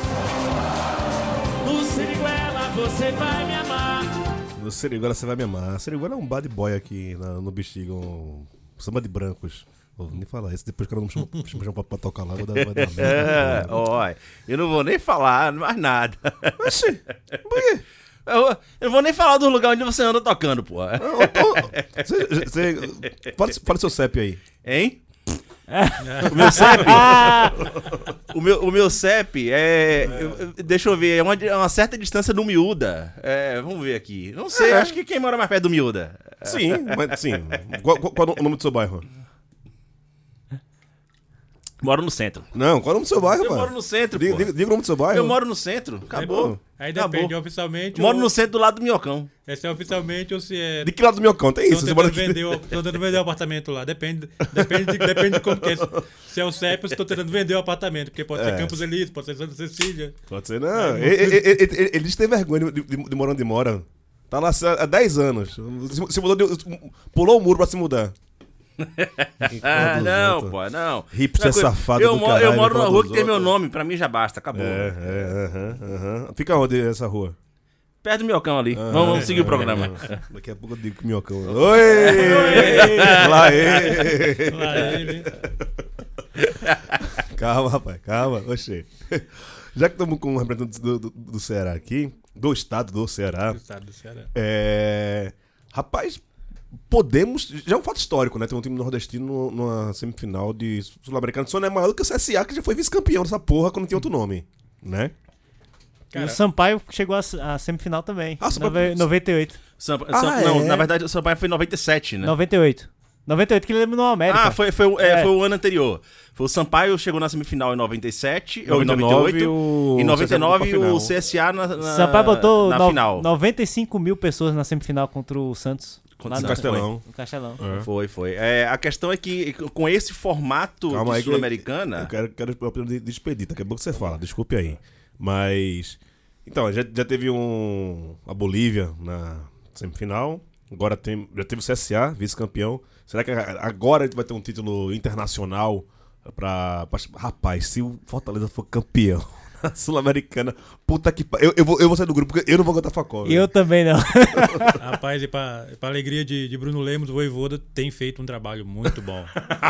No Siriguela você vai me amar. No Seriguela você vai me amar. Seriguela é um bad boy aqui na- no Bexiga, um samba de brancos. Vou nem falar isso, depois que eu não me chamo, me chamo pra, pra tocar lá, vou dar, vai dar É, merda. ó, eu não vou nem falar mais nada. Oxi, por quê? Eu, eu não vou nem falar do lugar onde você anda tocando, pô. Eu tô- Cê- cê- Fala fala seu C E P aí. Hein? O meu C E P? o, meu, o meu C E P é. eu- eu- deixa eu ver, é uma, é uma certa distância do Miúda. É, vamos ver aqui. Não sei, É. acho que quem mora mais perto do Miúda? Sim, mas sim. Qual, qual- qual é o nome do seu bairro? Moro no centro. Não, qual é o nome do seu bairro, Eu mano? moro no centro, Diga, pô. diga, diga o nome do seu bairro. Eu moro no centro. Acabou. aí depende Acabou. oficialmente. Moro ou, no centro do lado do Minhocão. é se é oficialmente ou se é. De que lado do meu cão? Tem isso? Estão Você mora tentando, aqui? vender o, tão tentando vender o apartamento lá. Depende, depende, de, depende de como que é. Se é o C E P ou se estão tentando vender o apartamento. Porque pode É. ser Campos Elíseos, pode ser Santa Cecília. Pode ser, não. Ele, ele, ele, ele, ele tem vergonha de, de, de morar onde mora. Tá lá há dez anos. Se, se mudou de, pulou o muro pra se mudar. Ah, não, outros. pô, não. Hipster Outra coisa, safado eu do moro, caralho, Eu moro numa fala rua dos que tem meu outros. nome, pra mim já basta, acabou. É, é, aham, aham. Fica onde essa rua? Perto do Minhocão ali. Ah, vamos, vamos seguir é, o programa. é, é. Daqui a pouco eu digo que minhocão. Oi! Lá ele! Lá ele. Calma, rapaz, calma. Oxê. Já que estamos com um representante do, do, do Ceará aqui, do estado do Ceará, Do estado do Ceará. é... Rapaz, podemos... Já é um fato histórico, né? Ter um time nordestino numa semifinal de Sul-Americano. Só não é maior do que o C S A, que já foi vice-campeão dessa porra quando tinha outro nome, né? E Cara, o Sampaio chegou à à semifinal também. Ah, Sampaio- Nove- noventa e oito. Sampa- Ah, Sam- Não, é? na verdade o Sampaio foi em noventa e sete, né? noventa e oito. noventa e oito que ele eliminou a América. Ah, foi, foi, o- é, É. foi o ano anterior. Foi o Sampaio chegou na semifinal em noventa e sete, ou em noventa e noventa e nove, oito. o Em noventa e nove, C S A o C S A na, na, Sampaio botou na no- final. noventa e cinco mil pessoas na semifinal contra o Santos. Contra lá o no- Castelão. No Castelão. É. Foi, foi. É, a questão é que com esse formato Calma de aí que- Sul-Americana... Eu quero, quero a opinião de, de Expedito, daqui a pouco você fala, desculpe aí. Mas. Então, já, já teve um. A Bolívia na semifinal. Agora tem, já teve o C S A, vice-campeão. Será que a- agora a gente vai ter um título internacional pra, pra... Rapaz, se o Fortaleza for campeão da Sul-Americana, puta que pariu. Eu, eu, vou, eu vou sair do grupo porque eu não vou aguentar Facol. Eu também não. Rapaz, e pra, pra alegria de, de Bruno Lemos, o Voivoda tem feito um trabalho muito bom.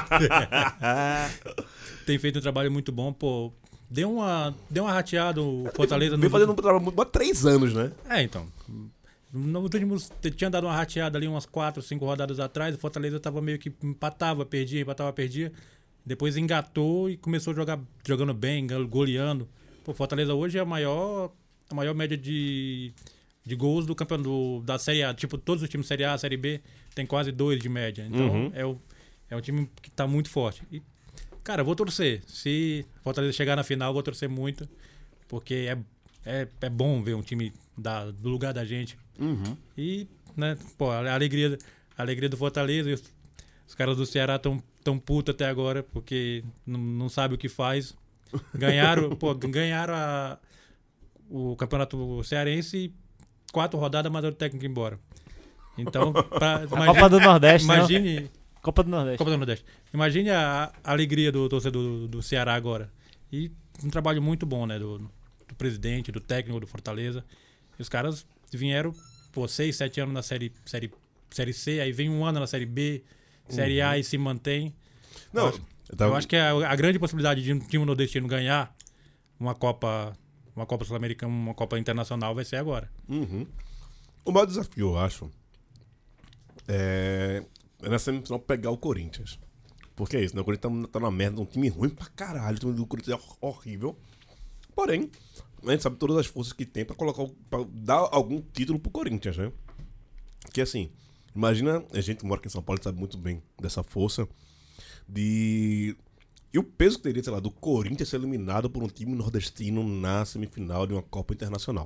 Tem feito um trabalho muito bom, pô. Deu uma, deu uma rateada o Fortaleza. Vem fazendo um trabalho muito há três anos, né? É, então. Nos últimos, tinha dado uma rateada ali umas quatro, cinco rodadas atrás. O Fortaleza tava meio que empatava, perdia, empatava, perdia. Depois engatou e começou a jogar jogando bem, goleando. Pô, Fortaleza hoje é a maior, a maior média de, de gols do campeonato do, da Série A. Tipo, todos os times Série A, Série B tem quase dois de média. Então, Uhum. é, o, é um time que tá muito forte. E, cara, eu vou torcer. Se Fortaleza chegar na final, eu vou torcer muito. Porque é, é, é bom ver um time da, do lugar da gente. Uhum. E, né, pô, a alegria, a alegria do Fortaleza. E os, os caras do Ceará tão, tão putos até agora, porque não, não sabem o que faz. Ganharam, pô, ganharam a, o campeonato cearense, quatro rodadas, mandaram o técnico embora. Então, pra, A imagine, Copa do Nordeste, imagine, não? Copa do Nordeste. Copa do Nordeste. Imagine a, a alegria do torcedor do, do Ceará agora. E um trabalho muito bom, né? Do, do presidente, do técnico do Fortaleza. E os caras vieram, pô, seis, sete anos na série, série, série C, aí vem um ano na Série B, Série Uhum. A e se mantém. Não, eu, eu tava- eu acho que a, a grande possibilidade de um time nordestino ganhar uma Copa, uma Copa Sul-Americana, uma Copa Internacional vai ser agora. Uhum. O maior desafio, eu acho, é, é nessa semifinal pegar o Corinthians. Porque é isso, né? O Corinthians tá, tá na merda, um time ruim pra caralho. O time do Corinthians é horrível. Porém, a gente sabe todas as forças que tem pra colocar, o- pra dar algum título pro Corinthians, né? Que assim, imagina, a gente que mora aqui em São Paulo sabe muito bem dessa força de... E o peso que teria, sei lá, do Corinthians ser eliminado por um time nordestino na semifinal de uma Copa Internacional.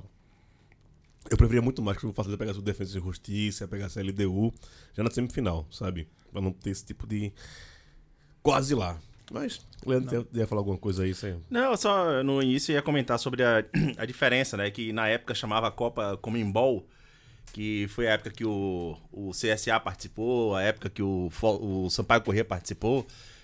Eu preferia muito mais que o Fortaleza pegasse o Defesa e Justiça, pegasse a L D U já na semifinal, sabe? Pra não ter esse tipo de... Quase lá. Mas, Leandro, ia falar alguma coisa aí? Você... Não, eu só no início ia comentar sobre a, a diferença, né? Que na época chamava a Copa Comembol, que foi a época que o, o C S A participou, a época que o, Fo- o Sampaio Corrêa participou.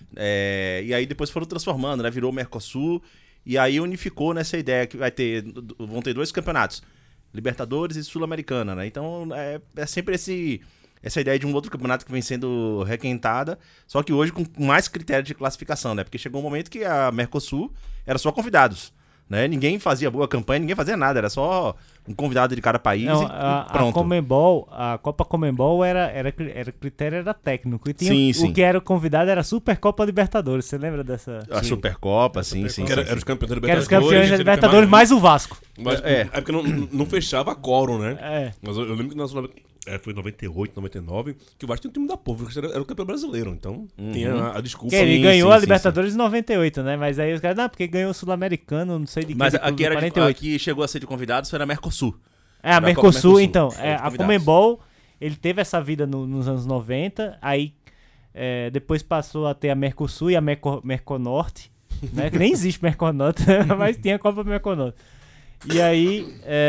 É, e aí depois foram transformando, né? Virou o Mercosul. E aí unificou nessa ideia que vai ter, vão ter dois campeonatos, Libertadores e Sul-Americana, né? Então é, é sempre esse, essa ideia de um outro campeonato que vem sendo requentada, só que hoje com mais critério de classificação, né? Porque chegou um momento que a Mercosul era só convidados, né? Ninguém fazia boa campanha, ninguém fazia nada, era só um convidado de cada país Não, e, a, e pronto. a Comembol, a Copa Comembol era, era, era critério era técnico. E tinha, Sim, o sim. que era convidado era a Supercopa Libertadores. Você lembra dessa? A Supercopa, sim, sim. Que era, sim, era os campeões da Que era os Libertadores. campeões da Libertadores mais o Vasco. Mas É. é porque não, não fechava quórum, né? É. Mas eu, eu lembro que na Sul- é, foi em noventa e oito, noventa e nove, que o Vasco tinha um time da porra, porque era, era o campeão brasileiro. Então tinha a, a desculpa. Que ele Sim, ganhou sim, a sim, Libertadores em noventa e oito, né? Mas aí os caras, não, porque ganhou o Sul-Americano, não sei de que. Mas de clube, aqui, era de, quarenta e oito. aqui chegou a ser de convidados, foi na Mercosul. É, a Era a Copa Mercosul, Mercosul, então. era É, de a convidados. Comembol, ele teve essa vida no- nos anos noventa, aí é, depois passou a ter a Mercosul e a Merco, Merconorte, né? Que nem existe Merconorte, mas tinha a Copa Merconorte. E aí,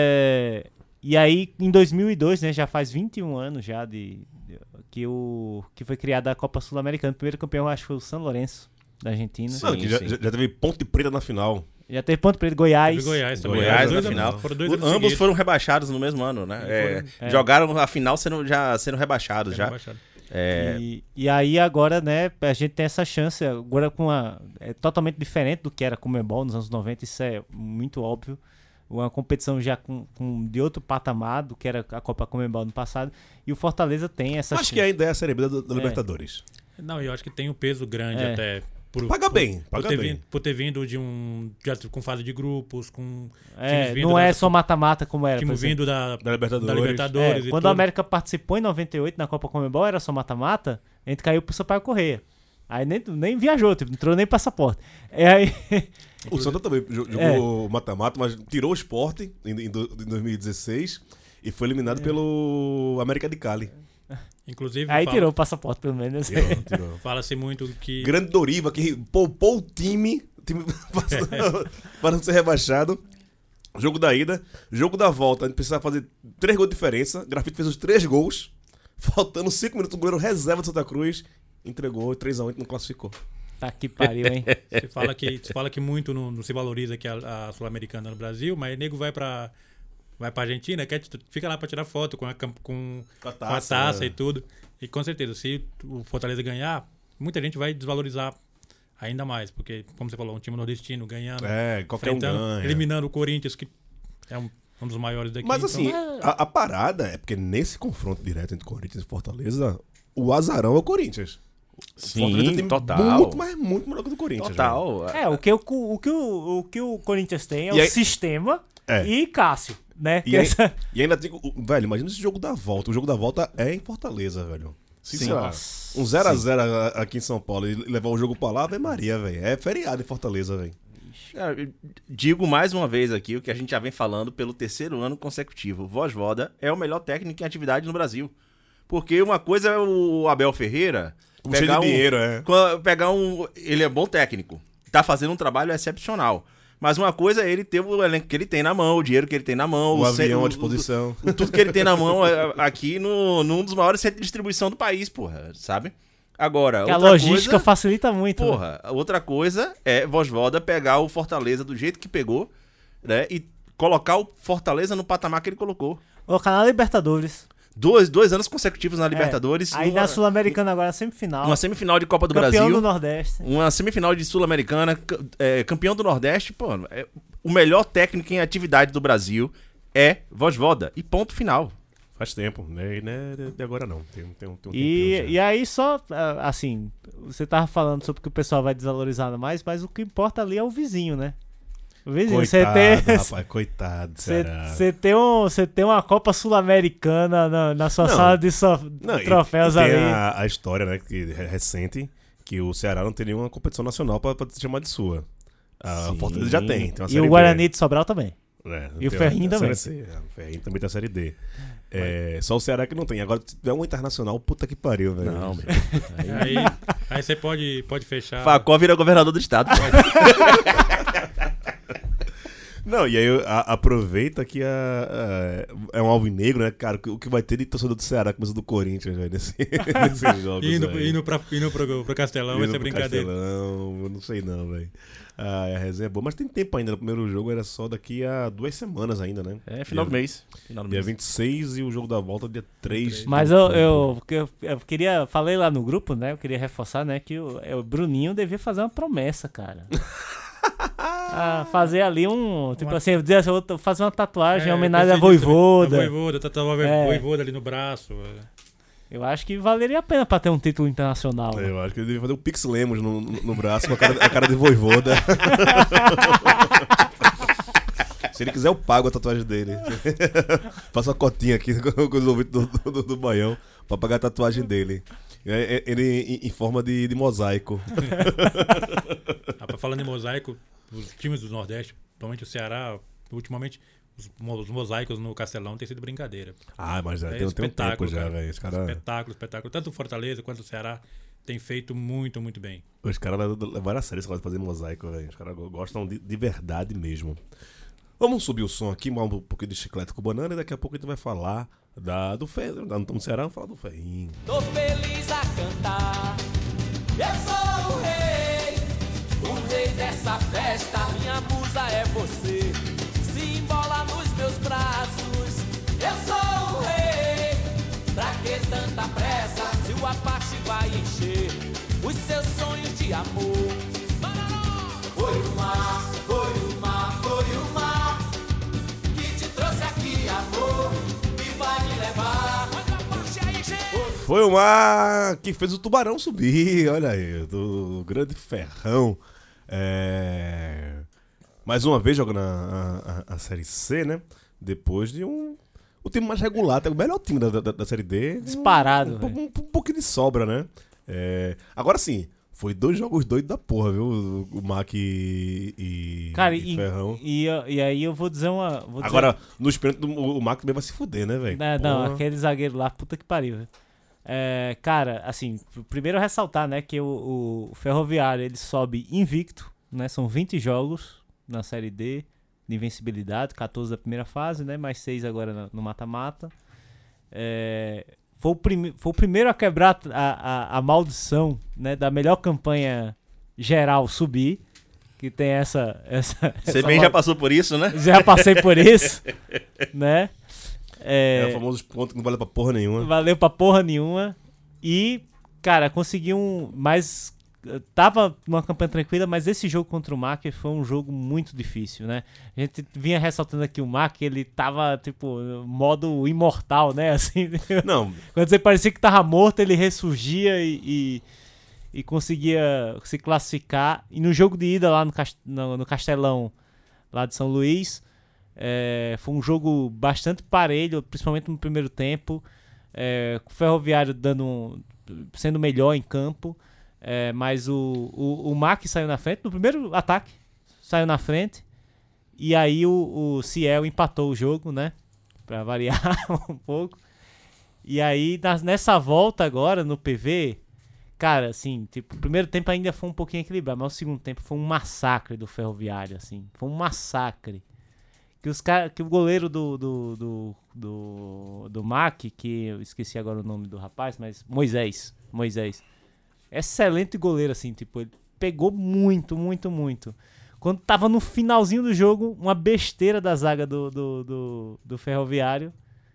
é, e aí, em dois mil e dois, né, já faz vinte e um anos já de, de- que, o, que foi criada a Copa Sul-Americana. O primeiro campeão, acho que foi o São Lourenço, da Argentina. Não, que já, sim. já- já teve Ponte Preta na final. Já teve Ponto Preto, Goiás. Teve Goiás também. Goiás Dois na anos- final. foram dois O- anos ambos seguidos. foram rebaixados no mesmo ano, né? É, É. Jogaram a final sendo, já sendo rebaixados Foram já. rebaixados. É, E, e aí agora, né, a gente tem essa chance, agora com a... É totalmente diferente do que era Comembol nos anos noventa, isso é muito óbvio. Uma competição já com, com de outro patamar do que era a Copa Comembol no passado. E o Fortaleza tem essa Acho chance. que ainda é a Série B da, da É. Libertadores. Não, eu acho que tem um peso grande É. até. Por, Paga por- bem, por paga ter bem. Vindo, por ter vindo de um. Já com fase de grupos, com. É, times vindo não da- é só mata-mata como era. time por exemplo. vindo da, Da Libertadores. da Libertadores. É, e quando tudo. a América participou em noventa e oito na Copa Comembol, era só mata-mata, a gente caiu pro Sampaio Corrêa. Aí nem, nem viajou, tipo, não entrou nem passaporte. É aí... O Santa também jo- jogou mata-mata, mas tirou o Sport em, em do- em dois mil e dezesseis e foi eliminado pelo América de Cali. Inclusive, aí fala- tirou o passaporte, pelo menos. Tirou, tirou. fala-se muito que. Grande Doriva, que poupou o time, o time para não ser rebaixado. Jogo da ida, jogo da volta, a gente precisava fazer três gols de diferença. Grafite fez os três gols, faltando cinco minutos, o goleiro reserva do Santa Cruz entregou três a um e não classificou. Tá que pariu, hein? Você fala que, você fala que muito não, não se valoriza aqui a, a Sul-Americana no Brasil, mas o nego vai pra, vai pra Argentina, quer, fica lá pra tirar foto com a, com, Com a com a taça, taça né? e tudo. E com certeza, se o Fortaleza ganhar, muita gente vai desvalorizar ainda mais, porque, como você falou, um time nordestino ganhando, É, qualquer um enfrentando, ganha. eliminando o Corinthians, que é um, um dos maiores daqui. Mas então- assim, a, a parada é porque nesse confronto direto entre Corinthians e Fortaleza, o azarão é o Corinthians. O Fortaleza Sim, tem total. Muito, mas muito melhor que o do Corinthians. velho. Total. É, o que o, o, que o, o que o Corinthians tem é E o aí- sistema É. e Cássio, né? E, Que aí- essa- e ainda tem. o- Velho, imagina esse jogo da volta. O jogo da volta é em Fortaleza, velho. Se, Sim. sei lá, Nossa. um zero a zero aqui em São Paulo e levar o jogo pra lá, Ave Maria, velho. É feriado em Fortaleza, velho. Cara, eu digo mais uma vez aqui o que a gente já vem falando pelo terceiro ano consecutivo. Vozvoda é o melhor técnico em atividade no Brasil. Porque uma coisa é o Abel Ferreira Um cheio de dinheiro, é. co- pegar um... Ele é bom técnico. Tá fazendo um trabalho excepcional. Mas uma coisa é ele ter o elenco que ele tem na mão, o dinheiro que ele tem na mão. O ce- avião à o- disposição. o- tudo que ele tem na mão é, aqui no, num dos maiores centros de distribuição do país, porra. Sabe? Agora, que a outra logística coisa... facilita muito. né? Porra, outra coisa é Vozvoda pegar o Fortaleza do jeito que pegou, né? E colocar o Fortaleza no patamar que ele colocou. Colocar na Libertadores. Dois, dois anos consecutivos na É. Libertadores. Aí numa, na Sul-Americana agora, semifinal. Uma semifinal de Copa do Campeão Brasil. do Nordeste. Uma semifinal de Sul-Americana. ca- é, campeão do Nordeste. Pô, é, o melhor técnico em atividade do Brasil é Vozvoda. E ponto final. Faz tempo, né? E não é de agora não. Tem, tem, tem um tempinho E, já. e aí só, ah, assim, você tava falando sobre que o pessoal vai desvalorizar mais, mas o que importa ali é o vizinho, né? O vizinho, você Coitado, tem... rapaz, coitado, Você Ceará. você tem, um, você tem uma Copa Sul-Americana na, na sua Não. sala de so- Não, e- troféus e tem ali. a, a história, né, que é recente, que o Ceará não tem nenhuma competição nacional pra, pra se chamar de sua. A Sim. Fortaleza já tem. tem uma E Série o B. Guarani de Sobral também. É, E o tem Ferrinho a também. Série C, é, o Ferrinho também tem a Série D. É, só o Ceará que não tem. Agora, se tiver um internacional, puta que pariu, velho. Não, meu. Aí, aí você pode, pode fechar. Facó vira governador do estado. Não, e aí a- aproveita que a, a- é um alvinegro, né, cara? O que vai ter de torcedor do Ceará começa do Corinthians, velho, nesse, nesses jogos. Indo, aí. indo, pra, indo pro, pro Castelão, vai Indo ser pro brincadeira. Castelão, eu não sei não, velho. Ah, a resenha é boa, mas tem tempo ainda. O primeiro jogo era só daqui a duas semanas ainda, né? É, final do Dia- mês. Final do Dia mês. vinte e seis e o jogo da volta dia três. Mas eu, eu, eu, eu queria, falei lá no grupo, né? Eu queria reforçar, né? Que o, é, o Bruninho devia fazer uma promessa, cara. Ah, fazer ali um. Tipo Uma- assim, eu dizer assim, eu vou fazer uma tatuagem É, em homenagem a eu pensei nisso também. Voivoda. A Voivoda, tá, tava É. Voivoda ali no braço. é. Eu acho que valeria a pena pra ter um título internacional. né? Eu acho que ele devia fazer um Pix Lemos no, no, no braço com a cara, a cara de Voivoda. Se ele quiser, eu pago a tatuagem dele. Faço uma cotinha aqui com os ouvidos do, do, do, do Baião pra pagar a tatuagem dele. É- é- Ele em, em forma de, de mosaico. Rapaz, falando em mosaico, os times do Nordeste, principalmente o Ceará, ultimamente, os, mo- os mosaicos no Castelão tem sido brincadeira. Ah, mas já É tem, tem um tempo espetáculo, já, cara. velho. Os caras Espetáculo, espetáculo. Tanto o Fortaleza quanto o Ceará tem feito muito, muito bem. os cara levaram a sério esse negócio de fazer mosaico, velho. Os caras gostam de, de verdade mesmo. Vamos subir o som aqui, mais um pouquinho de chiclete com banana e daqui a pouco a gente vai falar da, do ferro. Não estamos no Ceará, vamos falar do ferrinho. Tô feliz a cantar. Eu sou o rei, o rei dessa festa. Minha musa é você, se embola nos meus braços. Eu sou o rei, pra que tanta pressa? Se o Apache vai encher os seus sonhos de amor. Foi o mar, foi o mar, foi o mar que te trouxe aqui, amor, e vai me levar. Foi o mar que fez o Tubarão subir, olha aí, do grande Ferrão. É... Mais uma vez jogando a, a, a Série C, né? Depois de um... O time mais regular, até o melhor time da, da, da Série D. Disparado, Um, velho. um, um, um pouquinho de sobra, né? É... Agora sim, foi dois jogos doidos da porra, viu? O, o Mac e, e, Cara, e e, Ferrão. e, e aí eu vou dizer uma. Vou dizer- Agora, nos pênaltis, o, o Mac também vai se fuder, né, velho? Não, não, Porra. aquele zagueiro lá, puta que pariu. velho. É, cara, assim, primeiro ressaltar, né, que o, o Ferroviário, ele sobe invicto, né, são vinte jogos na Série D de invencibilidade, quatorze da primeira fase, né, mais seis agora na- no mata-mata. É, foi, o prime- foi o primeiro a quebrar a, a, a maldição, né, da melhor campanha geral subir, que tem essa... essa Você essa bem lo- já passou por isso, né? Já passei por isso, né? É, É, o famoso ponto que não vale pra porra nenhuma. valeu pra porra nenhuma. E, cara, consegui um... Mas tava numa campanha tranquila, mas esse jogo contra o Mac foi um jogo muito difícil, né? A gente vinha ressaltando aqui o Mac, ele tava, tipo, modo imortal, né? Assim, Não, quando você parecia que tava morto, ele ressurgia e, e, e conseguia se classificar. E no jogo de ida lá no, Cast- no, no Castelão, lá de São Luís, é, foi um jogo bastante parelho, principalmente no primeiro tempo. É, com o Ferroviário dando um- sendo melhor em campo. É, mas o, o, o Mac saiu na frente no primeiro ataque, saiu na frente, e aí o, o Ciel empatou o jogo, né, pra variar um pouco. E aí nas- nessa volta agora no P V, cara, assim, tipo, o primeiro tempo ainda foi um pouquinho equilibrado, mas o segundo tempo foi um massacre do Ferroviário, assim, foi um massacre. Que, os cara, que o goleiro do, do, do, do, do Mac, que eu esqueci agora o nome do rapaz, mas Moisés, Moisés. Excelente goleiro, assim, tipo, ele pegou muito, muito, muito. Quando tava no finalzinho do jogo, uma besteira da zaga do, do, do, do Ferroviário.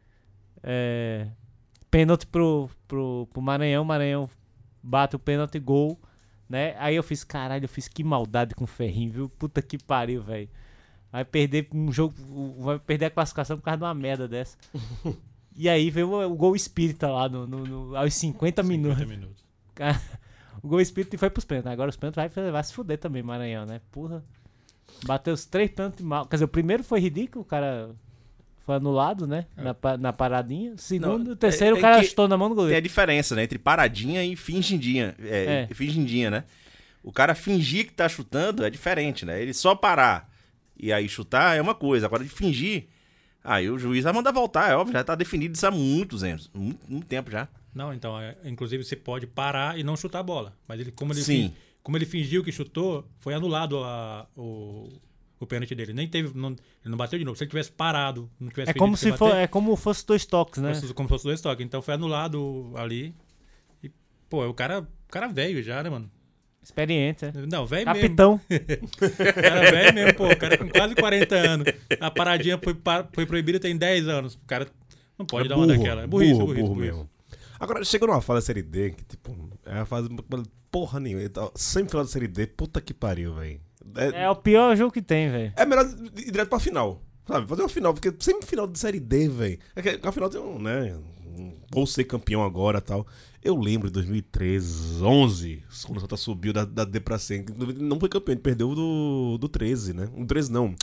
É, pênalti pro, pro, pro Maranhão, Maranhão bate o pênalti, gol, né? Aí eu fiz, caralho, eu fiz que maldade com o Ferrinho, viu? Puta que pariu, velho. Vai perder um jogo, vai perder a classificação por causa de uma merda dessa. E aí veio o, o gol espírita lá no, no, no- aos cinquenta minutos. cinquenta minutos. Cara, o gol espírita foi pros pênaltis. Agora os pênaltis vai, vai se fuder também, Maranhão, né? Porra. Bateu os três pênaltis mal. Quer dizer, o primeiro foi ridículo, o cara foi anulado, né? Na, pa- na paradinha. O segundo, Não, o terceiro, é- é o cara que chutou na mão do Tem a goleiro. diferença, né? Entre paradinha e fingidinha. É, É. Fingidinha, né? O cara fingir que tá chutando é diferente, né? Ele só parar e aí chutar é uma coisa. Agora de fingir, aí o juiz vai mandar voltar, é óbvio. Já tá definido isso há muitos anos. Muito, muito tempo já. Não, então, é, inclusive você pode parar e não chutar a bola. Mas ele, como, ele Sim. fin- como ele fingiu que chutou, foi anulado a- o, o pênalti dele. Nem teve. Não, ele não bateu de novo. Se ele tivesse parado, não tivesse É como, fingido se que for, bater, é como fosse dois toques, né? fosse- como se fosse dois toques. Então foi anulado ali. E, pô, o cara, o cara velho já, né, mano? Experiente, é. Não, velho mesmo. Capitão. O cara velho mesmo, pô. O cara com quase quarenta anos. A paradinha foi, pa- foi proibida tem dez anos. O cara não pode é dar burro, uma daquela. É burrice, burro, burrice, burro burrice. mesmo. Agora, chegou numa fase da Série D que, tipo, é uma fase porra nenhuma. Sempre final da Série D, puta que pariu, velho. É o pior jogo que tem, velho. É melhor ir direto pra final, sabe? Fazer uma final, porque sempre final de Série D, velho. É que a final tem um, né? um- Vou ser campeão agora e tal. Eu lembro de dois mil e treze, onze, quando o Santa subiu da, da D pra C. Não foi campeão, ele perdeu do, do treze, né? Do treze não.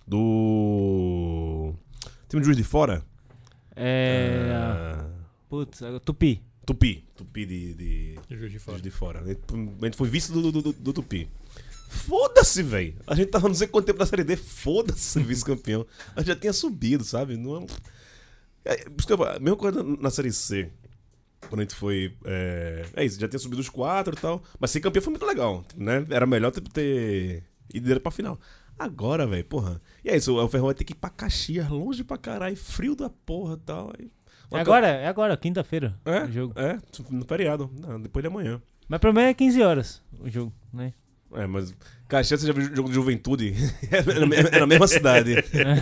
Do. Time de Juiz de Fora? É. Ah, Putz, Tupi. Tupi. Tupi de. de... De Juiz de Fora. Juiz de Fora. A gente foi vice do, do, do, do Tupi. Foda-se, velho. A gente tava não sei quanto tempo na Série D. Foda-se, vice-campeão. A gente já tinha subido, sabe? Não é... É, por isso que eu falo, a mesma coisa na, na Série C. Quando a gente foi. É, é isso, já tinha subido os quatro e tal. Mas ser campeão foi muito legal, né? Era melhor ter, ter ido direto pra final. Agora, velho, porra. E é isso, o Ferrão vai ter que ir pra Caxias, longe pra caralho, frio da porra e tal. Aí, É agora, é agora, quinta-feira. É, o jogo. é, no feriado, não, depois de amanhã. Mas pelo menos é quinze horas o jogo, né? É, mas Caxias, você já viu o jogo de juventude? É na, é na mesma cidade.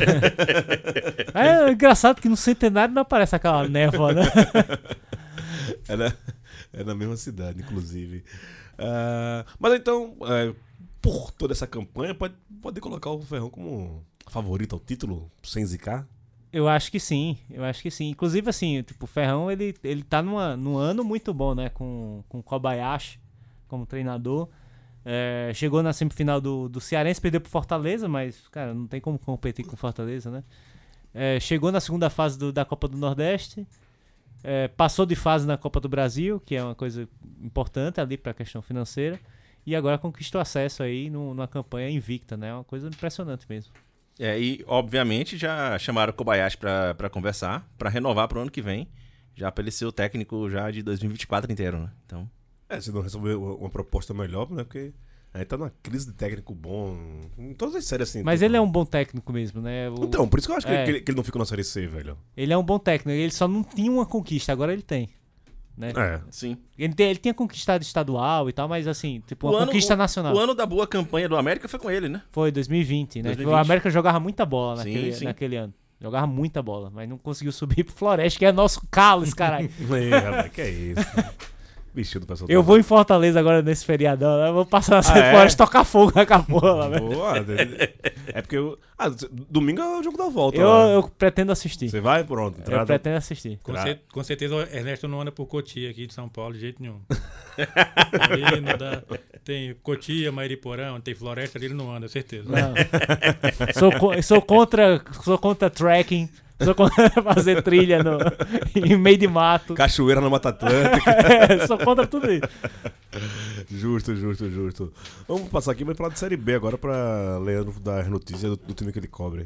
É engraçado que no Centenário não aparece aquela névoa, né? É na, é na mesma cidade, inclusive. Ah, mas então, é, por toda essa campanha, pode, pode colocar o Ferrão como favorito ao título, sem zicar? Eu acho que sim, eu acho que sim. Inclusive, assim, tipo, o Ferrão, ele, ele tá numa, num ano muito bom, né? Com, com o Kobayashi como treinador. É, chegou na semifinal do, do Cearense, perdeu pro Fortaleza, mas, cara, não tem como competir com o Fortaleza, né? É, chegou na segunda fase do, da Copa do Nordeste. É, passou de fase na Copa do Brasil, que é uma coisa importante ali pra questão financeira. E agora conquistou acesso aí no, numa campanha invicta, né? É uma coisa impressionante mesmo. É, e obviamente já chamaram o Kobayashi pra, pra conversar, pra renovar pro ano que vem, já pra ele ser o técnico já de dois mil e vinte e quatro inteiro, né? Então, É, se não resolver uma proposta melhor, né? Porque a gente tá numa crise de técnico bom em todas as séries, assim. Mas tipo- ele é um bom técnico mesmo, né? O- Então, por isso que eu acho que, É. que ele, que ele não ficou na Série C, velho. Ele é um bom técnico, ele só não tinha uma conquista, agora ele tem. né? É. Sim. Ele, tem, ele tinha conquistado estadual e tal, mas assim, tipo, uma O ano- conquista o- nacional. O ano da boa campanha do América foi com ele, né? Foi dois mil e vinte, né? dois mil e O vinte. América jogava muita bola Sim, naquele, sim. naquele ano. Jogava muita bola, mas não conseguiu subir pro Floresta, que é nosso Carlos, caralho. Ih, rapaz, que é isso? Bichinho do pessoal. Eu vou em Fortaleza agora nesse feriadão, né? Eu vou passar na Ah, é? Floresta tocar fogo na capola, velho. Boa, é porque eu. Ah, domingo é o jogo da volta. Eu, lá. eu pretendo assistir. Você vai? Pronto. Eu Entrada. pretendo assistir. Com, Tra- cer- com certeza o Ernesto não anda por Cotia aqui de São Paulo de jeito nenhum. Ali não dá. Tem Cotia, Mairiporã, tem Floresta ali, ele não anda, certeza. Não. sou, co- sou contra sou contra trekking, sou contra fazer trilha no, em meio de mato. Cachoeira na Mata Atlântica. Sou contra tudo isso. Justo, justo, justo. Vamos passar aqui, mas falar de Série B agora pra Leandro dar as notícias do, do time que ele cobre.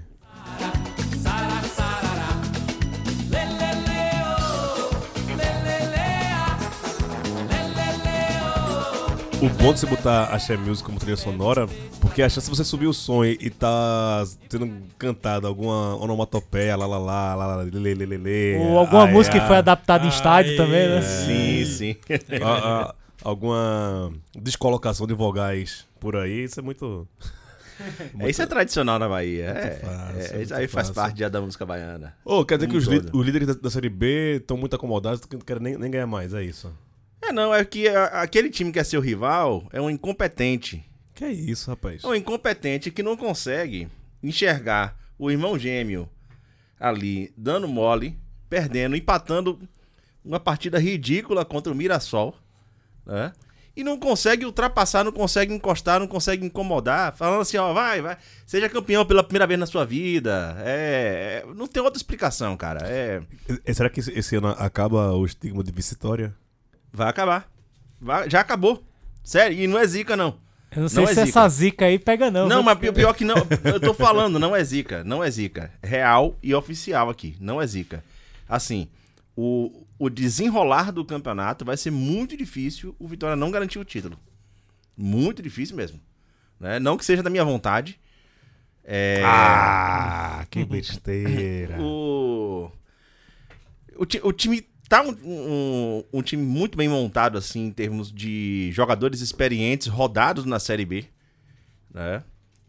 O bom de você botar a Share Music como trilha sonora, porque a chance de você subir o som e, e tá sendo cantada alguma onomatopeia, lá lá lá, lá lá, lê, lê, lê, lê, Ou alguma ai, música que ai. foi adaptada em Ai, estádio também, né? Sim, sim. A- a- alguma descolocação de vogais por aí, isso é muito. É, isso é tradicional na Bahia. É, fácil, é, muito isso aí faz fácil. parte já da música baiana. Ô, quer dizer Como que os, um li- todo. os líderes da, da Série B estão muito acomodados, que não querem nem, nem ganhar mais, é isso. É, não, é que a- aquele time que é seu rival é um incompetente. Que é isso, rapaz? É um incompetente que não consegue enxergar o irmão gêmeo ali dando mole, perdendo, empatando uma partida ridícula contra o Mirassol, né? E não consegue ultrapassar, não consegue encostar, não consegue incomodar, falando assim, ó, vai, vai, seja campeão pela primeira vez na sua vida. É, é- não tem outra explicação, cara. É, E- será que esse, esse ano acaba o estigma de vitória? vai acabar. Vai- já acabou. Sério, e não é zica, não. Eu não sei Não é se zica. essa zica aí pega, não. Não, viu? mas pi- pior que não. Eu tô falando, não é zica. Não é zica. Real e oficial aqui. Não é zica. Assim, o, o desenrolar do campeonato vai ser muito difícil o Vitória não garantir o título. Muito difícil mesmo. Né? Não que seja da minha vontade. É, Ah, que besteira. o, o, ti- o time tá um, um, um time muito bem montado, assim, em termos de jogadores experientes, rodados na Série B. Né?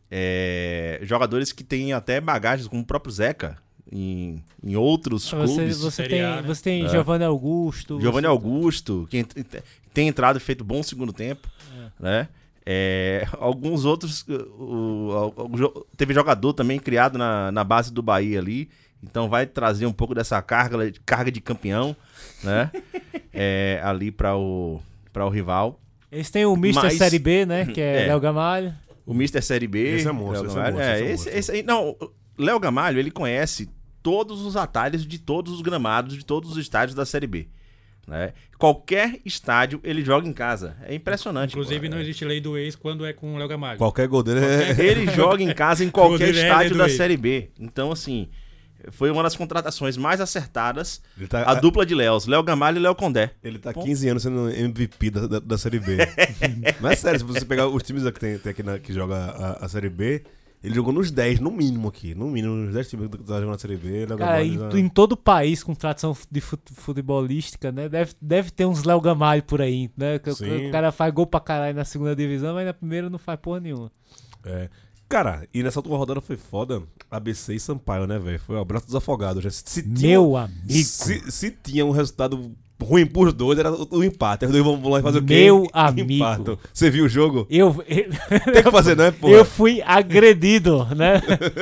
É, jogadores que têm até bagagens, como o próprio Zeca, em, em outros Você, clubes. você Série tem, A, né? você tem É. Giovanni Augusto. Giovanni você- Augusto, que ent- tem entrado e feito bom segundo tempo. Né? É, alguns outros. o- o- o jo- teve jogador também criado na, na base do Bahia ali. Então vai trazer um pouco dessa carga, carga de campeão, né? É, ali para o, para o rival. Eles têm o mister Mas- Série B, né? Que é, É. Léo Gamalho. O mister Série B. Esse é monstro, Léo esse é Gamalho. monstro, esse é esse, monstro. esse aí, não, o Léo Gamalho, ele conhece todos os atalhos de todos os gramados de todos os estádios da Série B. Né? Qualquer estádio ele joga em casa. É impressionante. Inclusive pô. não existe lei do ex quando é com o Léo Gamalho. Qualquer gol dele é. Ele joga em casa em qualquer Inclusive, é estádio do da ex. Série B. Então, assim, foi uma das contratações mais acertadas. Ele tá, A dupla de Léos, Léo Gamalho e Léo Condé. ele tá quinze anos sendo M V P da, da, da Série B. Mas é sério, se você pegar os times que tem, tem aqui na, que joga a, a Série B, ele jogou nos dez, no mínimo aqui. No mínimo, nos dez times que tá jogando na Série B. Léo Cara, Gamalho em, já- em todo o país com tradição de fut- futebolística, né? Deve, deve ter uns Léo Gamalho por aí, né? Que o- Sim. o cara faz gol pra caralho na segunda divisão, mas na primeira não faz porra nenhuma. É. Cara, e nessa última rodada foi foda. A B C e Sampaio, né, velho? Foi o abraço dos afogados. Já, se tinha, Meu amigo. Se, se tinha um resultado ruim pros dois, era o, o empate. Os dois vão lá e fazer o quê? Meu amigo. Empatam. Você viu o jogo? Eu, eu, Tem que fazer, né, pô? eu fui agredido, né?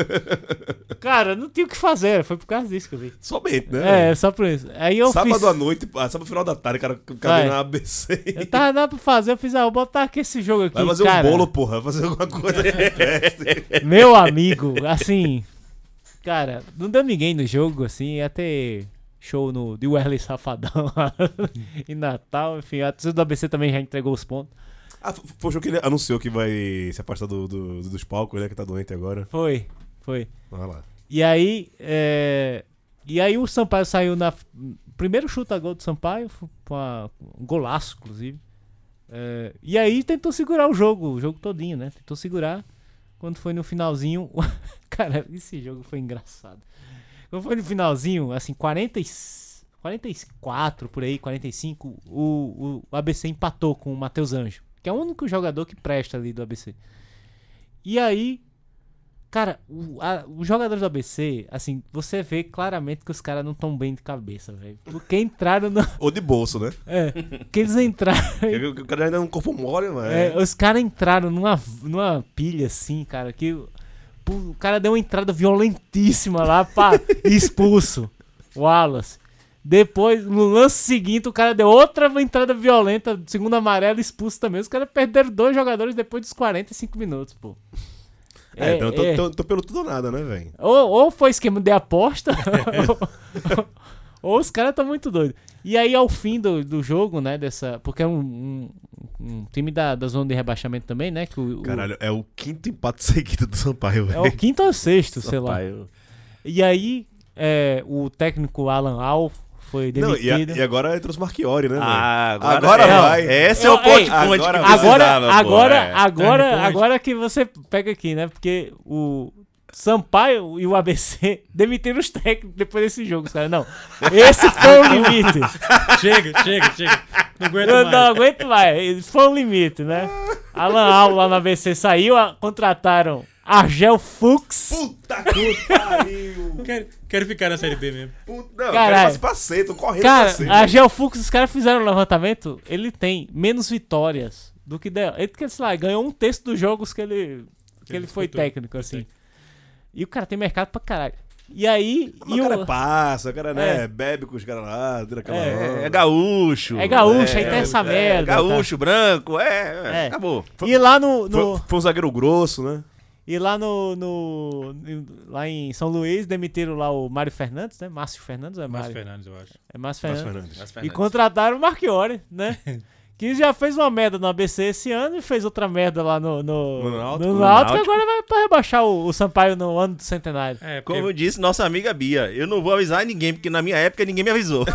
Cara, não tinha o que fazer, foi por causa disso que eu vi. Somente, né? É, só por isso. Aí eu Sábado fiz... à noite, ah, sábado no final da tarde, cara, o cara Vai. vem na A B C. Eu tava nada pra fazer, eu fiz, ah, vou botar aqui esse jogo aqui, Vai fazer cara. um bolo, porra. Vai fazer alguma coisa que preste. Meu amigo, assim... Cara, não deu ninguém no jogo, assim, ia ter show no, de Wesley Safadão em Natal, enfim, a torcida do A B C também já entregou os pontos. Ah, f- foi o jogo que ele anunciou que vai se afastar do, do- dos palcos, né? Que tá doente agora. Foi, foi. Olha lá. E aí, é... E aí o Sampaio saiu na... Primeiro chute a gol do Sampaio, foi uma- um golaço, inclusive. É, E aí tentou segurar o jogo, o jogo todinho, né? Tentou segurar. Quando foi no finalzinho... Cara, esse jogo foi engraçado. Quando foi no finalzinho, assim, quarenta e... quarenta e quatro, por aí, quarenta e cinco, o, o A B C empatou com o Matheus Anjo, que é o único jogador que presta ali do A B C. E aí, cara, o, a, os jogadores do A B C, assim, você vê claramente que os caras não estão bem de cabeça, velho. Porque entraram no... Ou de bolso, né? É, que eles entraram... O cara ainda é um corpo mole, mano. É, os caras entraram numa, numa pilha, assim, cara, que... O cara deu uma entrada violentíssima lá, pá, expulso. Wallace. Depois, no lance seguinte, o cara deu outra entrada violenta, segundo amarelo, expulso também. Os caras perderam dois jogadores depois dos quarenta e cinco minutos, pô. É, É, então tô, é. tô, tô pelo tudo ou nada, né, velho? Ou, ou foi esquema de aposta, ou, ou os caras estão muito doidos. E aí, ao fim do, do jogo, né, dessa... Porque é um, um, um time da, da zona de rebaixamento também, né? Que o, o- Caralho, é o quinto empate seguido do Sampaio, é o velho. quinto ou sexto, sei lá. Sampaio. E aí, é, o técnico Alan Al foi Não, e, a- demitido. e agora trouxe o Marchiori, né, velho? Ah, agora, Agora é, vai. Esse é Eu- o ponto ei, de ponte agora- que Agora, precisava, pô, agora, é. agora, Turning point. agora que você pega aqui, né? Porque o Sampaio e o A B C demitiram os técnicos depois desse jogo, cara. Não, esse foi o limite. Chega, chega, chega. Não aguento Eu mais. não aguento mais. Esse foi o limite, né? Alan Al lá no A B C saiu, a- contrataram Argel Fuchs. Puta que pariu! Quero, quero ficar na Série B mesmo. Puta, não, Caralho. quero passei, tô correndo Cara, pra a Argel Fuchs, os caras fizeram um levantamento, ele tem menos vitórias do que deu. Ele, que, sei lá, ganhou um terço dos jogos que ele, que ele, Ele foi disputou. técnico, assim. E o cara tem mercado pra caralho. E aí... Mas e o cara o... passa, o cara, né, É. bebe com os caras lá, tira aquela... É, É gaúcho. É gaúcho, aí tem essa merda, Gaúcho, branco, é, é, É. acabou. E lá no... no- Foi, foi um zagueiro grosso, né? E lá no, no, no- lá em São Luís demitiram lá o Mário Fernandes, né? Márcio Fernandes, é Márcio Mário? Fernandes, eu acho. É Márcio Márcio Fernandes. Fernandes. E contrataram o Marchiori, né? Que já fez uma merda no A B C esse ano e fez outra merda lá no, no, No Náutico. no No Náutico, Náutico. agora vai pra rebaixar o, o Sampaio no ano do centenário. É, porque Como disse nossa amiga Bia, eu não vou avisar ninguém, porque na minha época ninguém me avisou.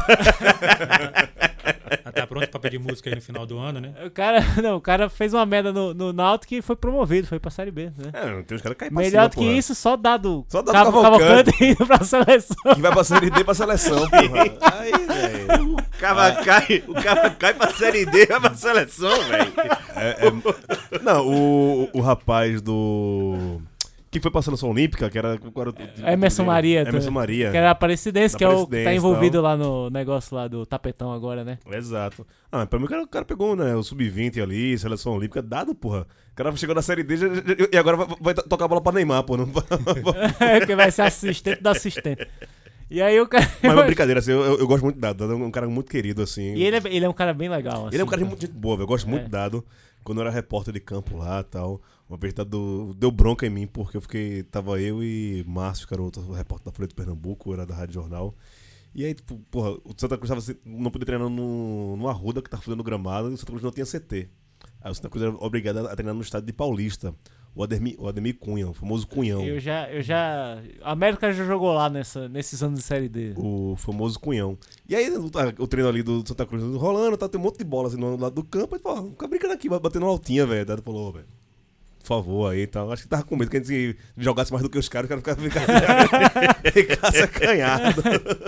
ela tá pronto pra pedir música aí no final do ano, né? O cara, não, o cara fez uma merda no, no Náutico e foi promovido, foi pra Série B, né? É, não tem os caras que caem pra Melhor cima, do que porra. isso, só dado, Só dado Cavo- Cavalcante. Cavalcante indo pra seleção. Que vai pra Série D pra seleção, porra. Aí, velho. O cara cai, o cara cai pra Série D, vai pra seleção, velho. É, é- Não, o, o rapaz do... Que foi pra seleção olímpica, que era... qual era o- Emerson Maria. Emerson tá? Maria. Que era a Aparecidense, Da que é o que tá Aparecidense, envolvido tal. lá no negócio lá do tapetão agora, né? Exato. Ah, pra mim o cara, o cara pegou, né, o sub vinte ali, seleção olímpica, dado, porra. O cara chegou na Série D já- já- e agora vai, vai to- tocar a bola pra Neymar, pô. Não vai- É, porque vai ser assistente do assistente. E aí o cara... Mas é brincadeira, assim, eu, eu- eu gosto muito do Dado. Dado é um cara muito querido, assim. E ele é, ele é um cara bem legal, assim. Ele é um cara de muito gente boa, velho. Eu gosto muito É. do Dado. Quando eu era repórter de campo lá e tal, uma vez Dado deu bronca em mim, porque eu fiquei. Tava eu e Márcio, que era outro repórter da Folha de Pernambuco, era da Rádio Jornal. E aí, tipo, porra, o Santa Cruz tava, assim, não podia treinar no, no Arruda, que tava fazendo gramado, e o Santa Cruz não tinha C T. Aí o Santa Cruz era obrigado a treinar no estádio de Paulista. O Ademir, o Ademir Cunha, o famoso Cunhão. Eu já, eu já... A América já jogou lá nessa, nesses anos de Série D. O famoso Cunhão. E aí o, o treino ali do Santa Cruz rolando, tá, tem um monte de bola assim no lado do campo. Aí falou, fica brincando aqui, vai batendo uma altinha, velho. Dado falou, "Ô, velho, por favor aí e tal. Acho que tava com medo que a gente jogasse mais do que os caras, os caras ficassem ficasse acanhado.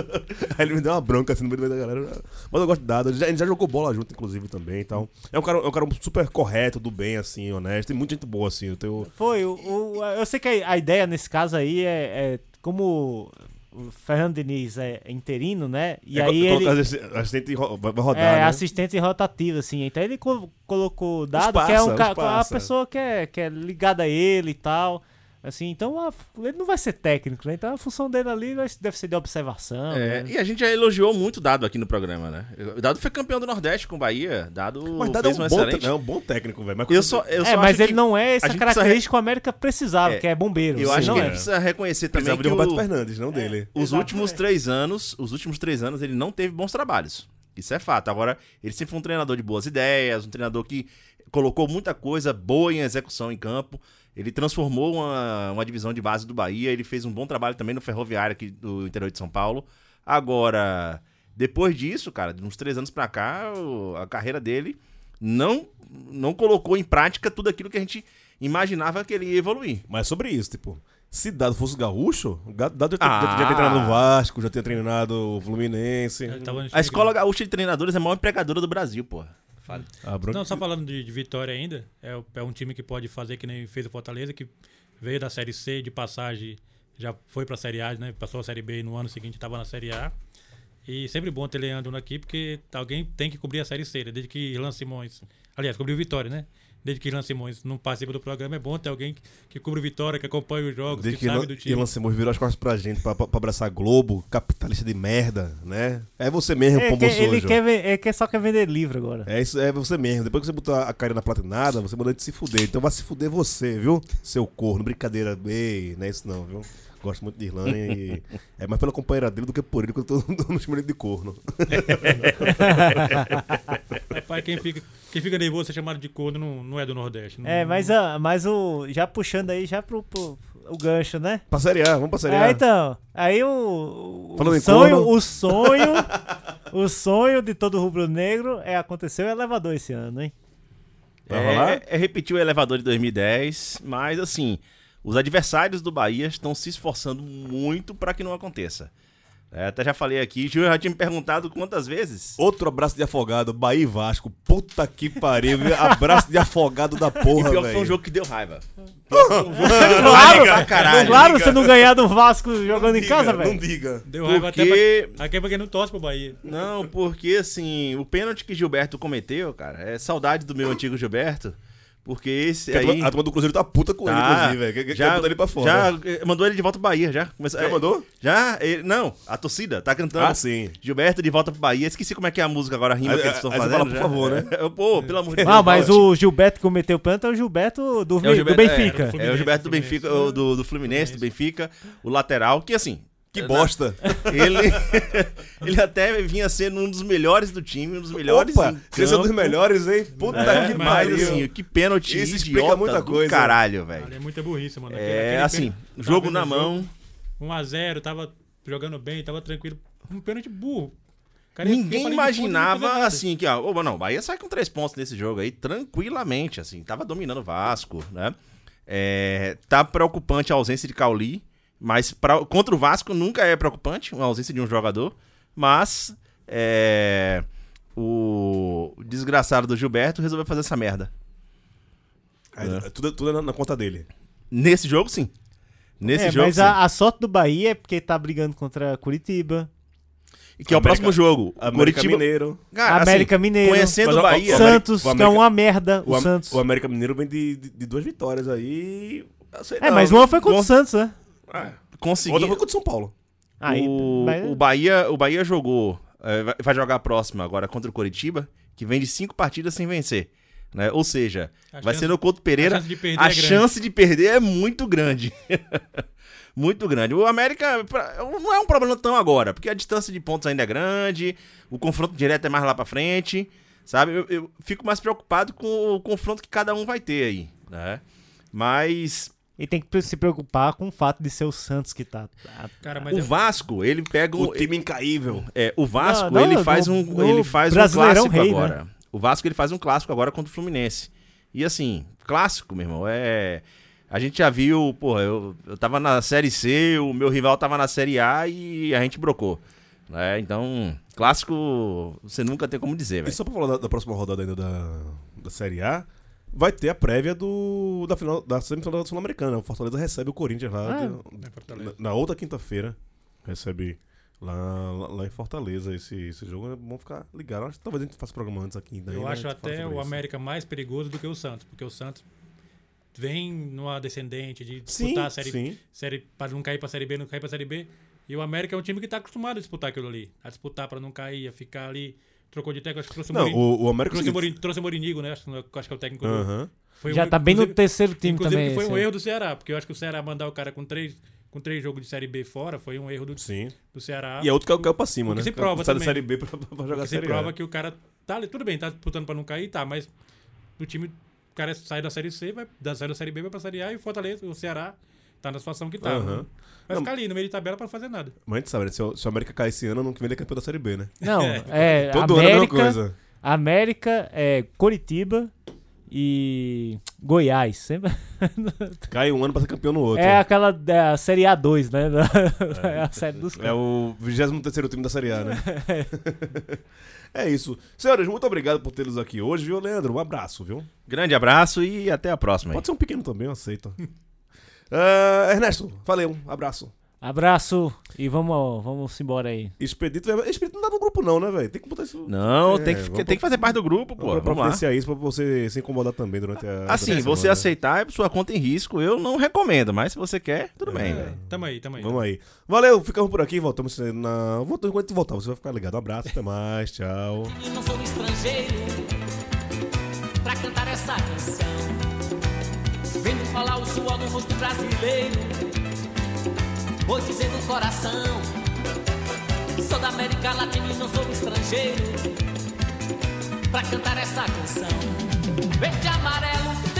Aí ele me deu uma bronca assim no meio da galera. Mas eu gosto de Dado. A gente já jogou bola junto, inclusive, também e tal. É um cara, é um cara super correto, do bem, assim, honesto. Tem muita gente boa, assim. Eu tenho. Foi, o, o- eu sei que a, a ideia nesse caso aí é, é como o Fernando Diniz é interino, né? E é, aí ele... colocar assi- assistente ro- vai vai rodar, É, né? assistente rotativo, assim. Então ele co- colocou o Dado, Os que é um parça, cara, os parça. a pessoa que é, que é ligada a ele e tal. Assim, então a- ele não vai ser técnico, né? Então a função dele ali vai- deve ser de observação. É, né? e a gente já elogiou muito o Dado aqui no programa, né? O Dado foi campeão do Nordeste com o Bahia. Dado Mas Dado é fez um, um bom, excelente. te- é um bom técnico, velho. Mas Eu só, eu É, só mas acho ele que não é a essa gente característica que o América precisava, É, que é bombeiro. Eu assim, acho não que é. ele precisa reconhecer também precisava que de Roberto o- Fernandes, não dele. os Exatamente. últimos três anos, os últimos três anos ele não teve bons trabalhos. Isso é fato. Agora, ele sempre foi um treinador de boas ideias, um treinador que colocou muita coisa boa em execução em campo. Ele transformou uma, uma divisão de base do Bahia. Ele fez um bom trabalho também no Ferroviário aqui do interior de São Paulo. Agora, depois disso, cara, de uns três anos pra cá, o- a carreira dele não, não colocou em prática tudo aquilo que a gente imaginava que ele ia evoluir. Mas sobre isso, tipo, Se Dado fosse gaúcho, Dado já, Ah. já, já tinha treinado no Vasco, já tinha treinado o Fluminense. Ele tava no A time escola gaúcha de treinadores é a maior empregadora do Brasil, porra. Fala. A bronca- Não, só falando de, de Vitória ainda, é, o- é um time que pode fazer que nem fez o Fortaleza, que veio da Série C de passagem, já foi pra Série A, né? Passou a Série B e no ano seguinte estava na Série A. E sempre bom ter Leandro aqui, porque alguém tem que cobrir a Série C, né? Desde que Irlan Simões... Aliás, cobriu Vitória, né? Desde que Irlan Simões não participa do programa, é bom ter alguém que, que cobre Vitória, que acompanha os jogos, Desde que, que sabe Ilan- do time. Ilan Simões virou as costas pra gente, pra, pra, pra abraçar Globo, capitalista de merda, né? É você mesmo, É, pombo que, ele sujo. quer, ven- é que só quer vender livro agora. É isso, é você mesmo. Depois que você botar a cara na platinada, você manda ele se fuder. Então vai se fuder você, viu? Seu corno, brincadeira. Ei, não é isso não, viu? Gosto muito de Irlanda e é mais pela companheira dele do que por ele, que eu tô no chamando ele de corno. Rapaz, quem fica, quem fica nervoso ser chamado de corno não, não é do Nordeste. Não, É, mas, a, mas o. Já puxando aí, já pro, pro o gancho, né? Pra Série A, vamos pra Série A. É, então. Aí o. o Falando em sonho, corno. o sonho. o sonho de todo rubro-negro é acontecer o elevador esse ano, hein? Vai rolar? É, é repetir o elevador de dois mil e dez, mas assim, os adversários do Bahia estão se esforçando muito para que não aconteça. É, até já falei aqui, Gil já tinha me perguntado quantas vezes. Outro abraço de afogado, Bahia e Vasco. Puta que pariu, viu? Abraço de afogado da E porra, pior que foi um velho. jogo que deu raiva. Pior que foi um jogo que deu Claro, raiva pra caralho. claro, você não ganhar do Vasco jogando em Diga, casa, não velho. diga. Deu raiva Porque- até pra, até pra quem não torce pro Bahia. Não, porque assim, o pênalti que Gilberto cometeu, cara, é saudade do meu antigo Gilberto. Porque esse Porque a aí... turma- A turma do Cruzeiro tá puta com ele, Tá. inclusive, velho. Quer- Quer já, botar ele pra fora. já eh, mandou ele de volta pro Bahia, já. Começou- Já eh, mandou? Já, ele- não, a torcida tá cantando. Ah, sim. Gilberto de volta pro Bahia. Esqueci como é que é a música agora, a rima Aí- que eles estão aí você fazendo. fala, por já. favor, né? É, Pô, pelo amor de Deus. Ah, mas volte. o Gilberto que cometeu o pênalti é o Gilberto do, É o do Gilberto- Benfica. É, é o Gilberto do Benfica, o do, do Fluminense, do Benfica, o lateral, que assim. Que bosta. Ele, ele até vinha sendo um dos melhores do time, um dos melhores. Opa, em vocês são dos campo. melhores, hein? Puta É, que mas pariu. assim, que pênalti Isso explica idiota muita do coisa. caralho, velho. Ali é muita burrice, mano. Aquele- É, aquele assim, pênalti- jogo tava na vendo o mão. jogo, um a zero, tava jogando bem, tava tranquilo. Um pênalti burro. Cara, ia- ia Ninguém pra linha de fundo, não imaginava fazia nada. assim que, ó, ô, não, o Bahia sai com três pontos nesse jogo aí, tranquilamente, assim, tava dominando o Vasco, né? É, tá preocupante a ausência de Cauli, mas pra, contra o Vasco nunca é preocupante, a ausência de um jogador, mas é, o desgraçado do Gilberto resolveu fazer essa merda. Aí, Tudo, tudo é na, na conta dele. Nesse jogo, sim. Nesse É, jogo, mas sim. a, a sorte do Bahia é porque tá brigando contra Curitiba, E que é o América- próximo jogo. América Curitiba, Mineiro. Cara, assim, América Mineiro, conhecendo Mas o o- Bahia, o Santos, o que é América- uma merda, o, O, Am- Santos. o América Mineiro vem de, de, de duas vitórias aí. Eu sei É, não, mas viu? uma foi contra o com- Santos, né? conseguiu. Outra foi contra o São Paulo. Aí, o, mas- o, Bahia, o Bahia jogou, é, vai- vai jogar a próxima agora contra o Coritiba, que vem de cinco partidas sem vencer. Né? Ou seja, A vai chance- ser no Couto Pereira, a chance de perder a é grande. chance de perder é muito grande. Muito grande. O América pra- não é um problema tão agora, porque a distância de pontos ainda é grande, o confronto direto é mais lá pra frente, sabe? Eu, eu fico mais preocupado com o confronto que cada um vai ter aí, né? Mas E tem que se preocupar com o fato de ser o Santos que tá. tá- Cara, mas o é- Vasco, ele pega um... O time incaível. É, o Vasco, Não, não, ele faz no- um, no ele faz um Brasileirão clássico rei, agora. né? O Vasco, ele faz um clássico agora contra o Fluminense. E assim, clássico, meu irmão, é... A gente já viu, porra, eu, eu tava na Série C, o meu rival tava na Série A e a gente brocou. Né? Então, clássico, você nunca tem como dizer, E velho. só pra falar da, da próxima rodada ainda da, da Série A, vai ter a prévia do, da, final, da semifinal da Sul-Americana. O Fortaleza recebe o Corinthians lá Ah, de- é Fortaleza. na, na outra quinta-feira. Recebe lá, lá, lá em Fortaleza esse, esse jogo. É bom ficar ligado. Acho que talvez a gente faça programa antes aqui. Daí, Eu né, acho a gente fala até sobre o isso. América mais perigoso do que o Santos, porque o Santos vem numa descendente de Sim, disputar a série, sim. série para não cair pra Série B, não cair pra Série B. E o América é um time que tá acostumado a disputar aquilo ali. A disputar pra não cair, a ficar ali. Trocou de técnico, acho que trouxe o Não, Mourinho. o, o América... Trouxe o Mourinho- trouxe o Morinigo, né? Acho, que- acho que é o técnico do- Aham. foi Já um- tá bem no inclusive- terceiro time Inclusive também. que foi esse um aí. erro do Ceará, porque eu acho que o Ceará mandar o cara com três, com três jogos de Série B fora foi um erro do, Sim. do Ceará. E é outro que caiu pra cima, O que né? se prova Sai da também. Série B pra, pra jogar Porque a se Série prova A. que o cara tá ali, tudo bem, tá disputando pra não cair, tá, mas o time, o cara sai da Série C, vai, da, sai da Série B, vai pra Série A e o Fortaleza, o Ceará tá na situação que tá. Aham. né? Vai Não, ficar ali no meio de tabela pra não fazer nada. Mas a gente sabe, né? Se o, se o América cair esse ano, ano que vem ele é campeão da Série B, né? Não, é. Todo ano é a mesma América, coisa. América, é, Coritiba e Goiás. Sempre... Cai um ano pra ser campeão no outro. É aquela é a Série A dois, né? É a série dos É o vigésimo terceiro time da Série A, né? É isso. Senhores, muito obrigado por tê-los aqui hoje, viu, Leandro? Um abraço, viu? Grande abraço e até a próxima. Pode ser um pequeno também, eu aceito. uh, Ernesto, valeu, um abraço. Abraço e vamos, vamos embora aí. Expedito, Expedito não dá no grupo não, né, velho? Tem que botar isso... Não, é, tem, que, tem que fazer parte do grupo, pô. Vamos Vamos lá. isso pra você se incomodar também durante a... Assim, durante a você semana. aceitar é sua conta em risco, eu não recomendo, mas se você quer, tudo É. bem, velho. Tamo aí, tamo aí. Vamos aí. Valeu, ficamos por aqui, voltamos na... Voltamos quando a gente voltar, você vai ficar ligado. Um abraço, até mais, tchau. E não sou um estrangeiro pra cantar essa canção. Vendo falar o suor do rosto brasileiro, vou dizer do coração. Sou da América Latina e não sou um estrangeiro pra cantar essa canção. Verde e amarelo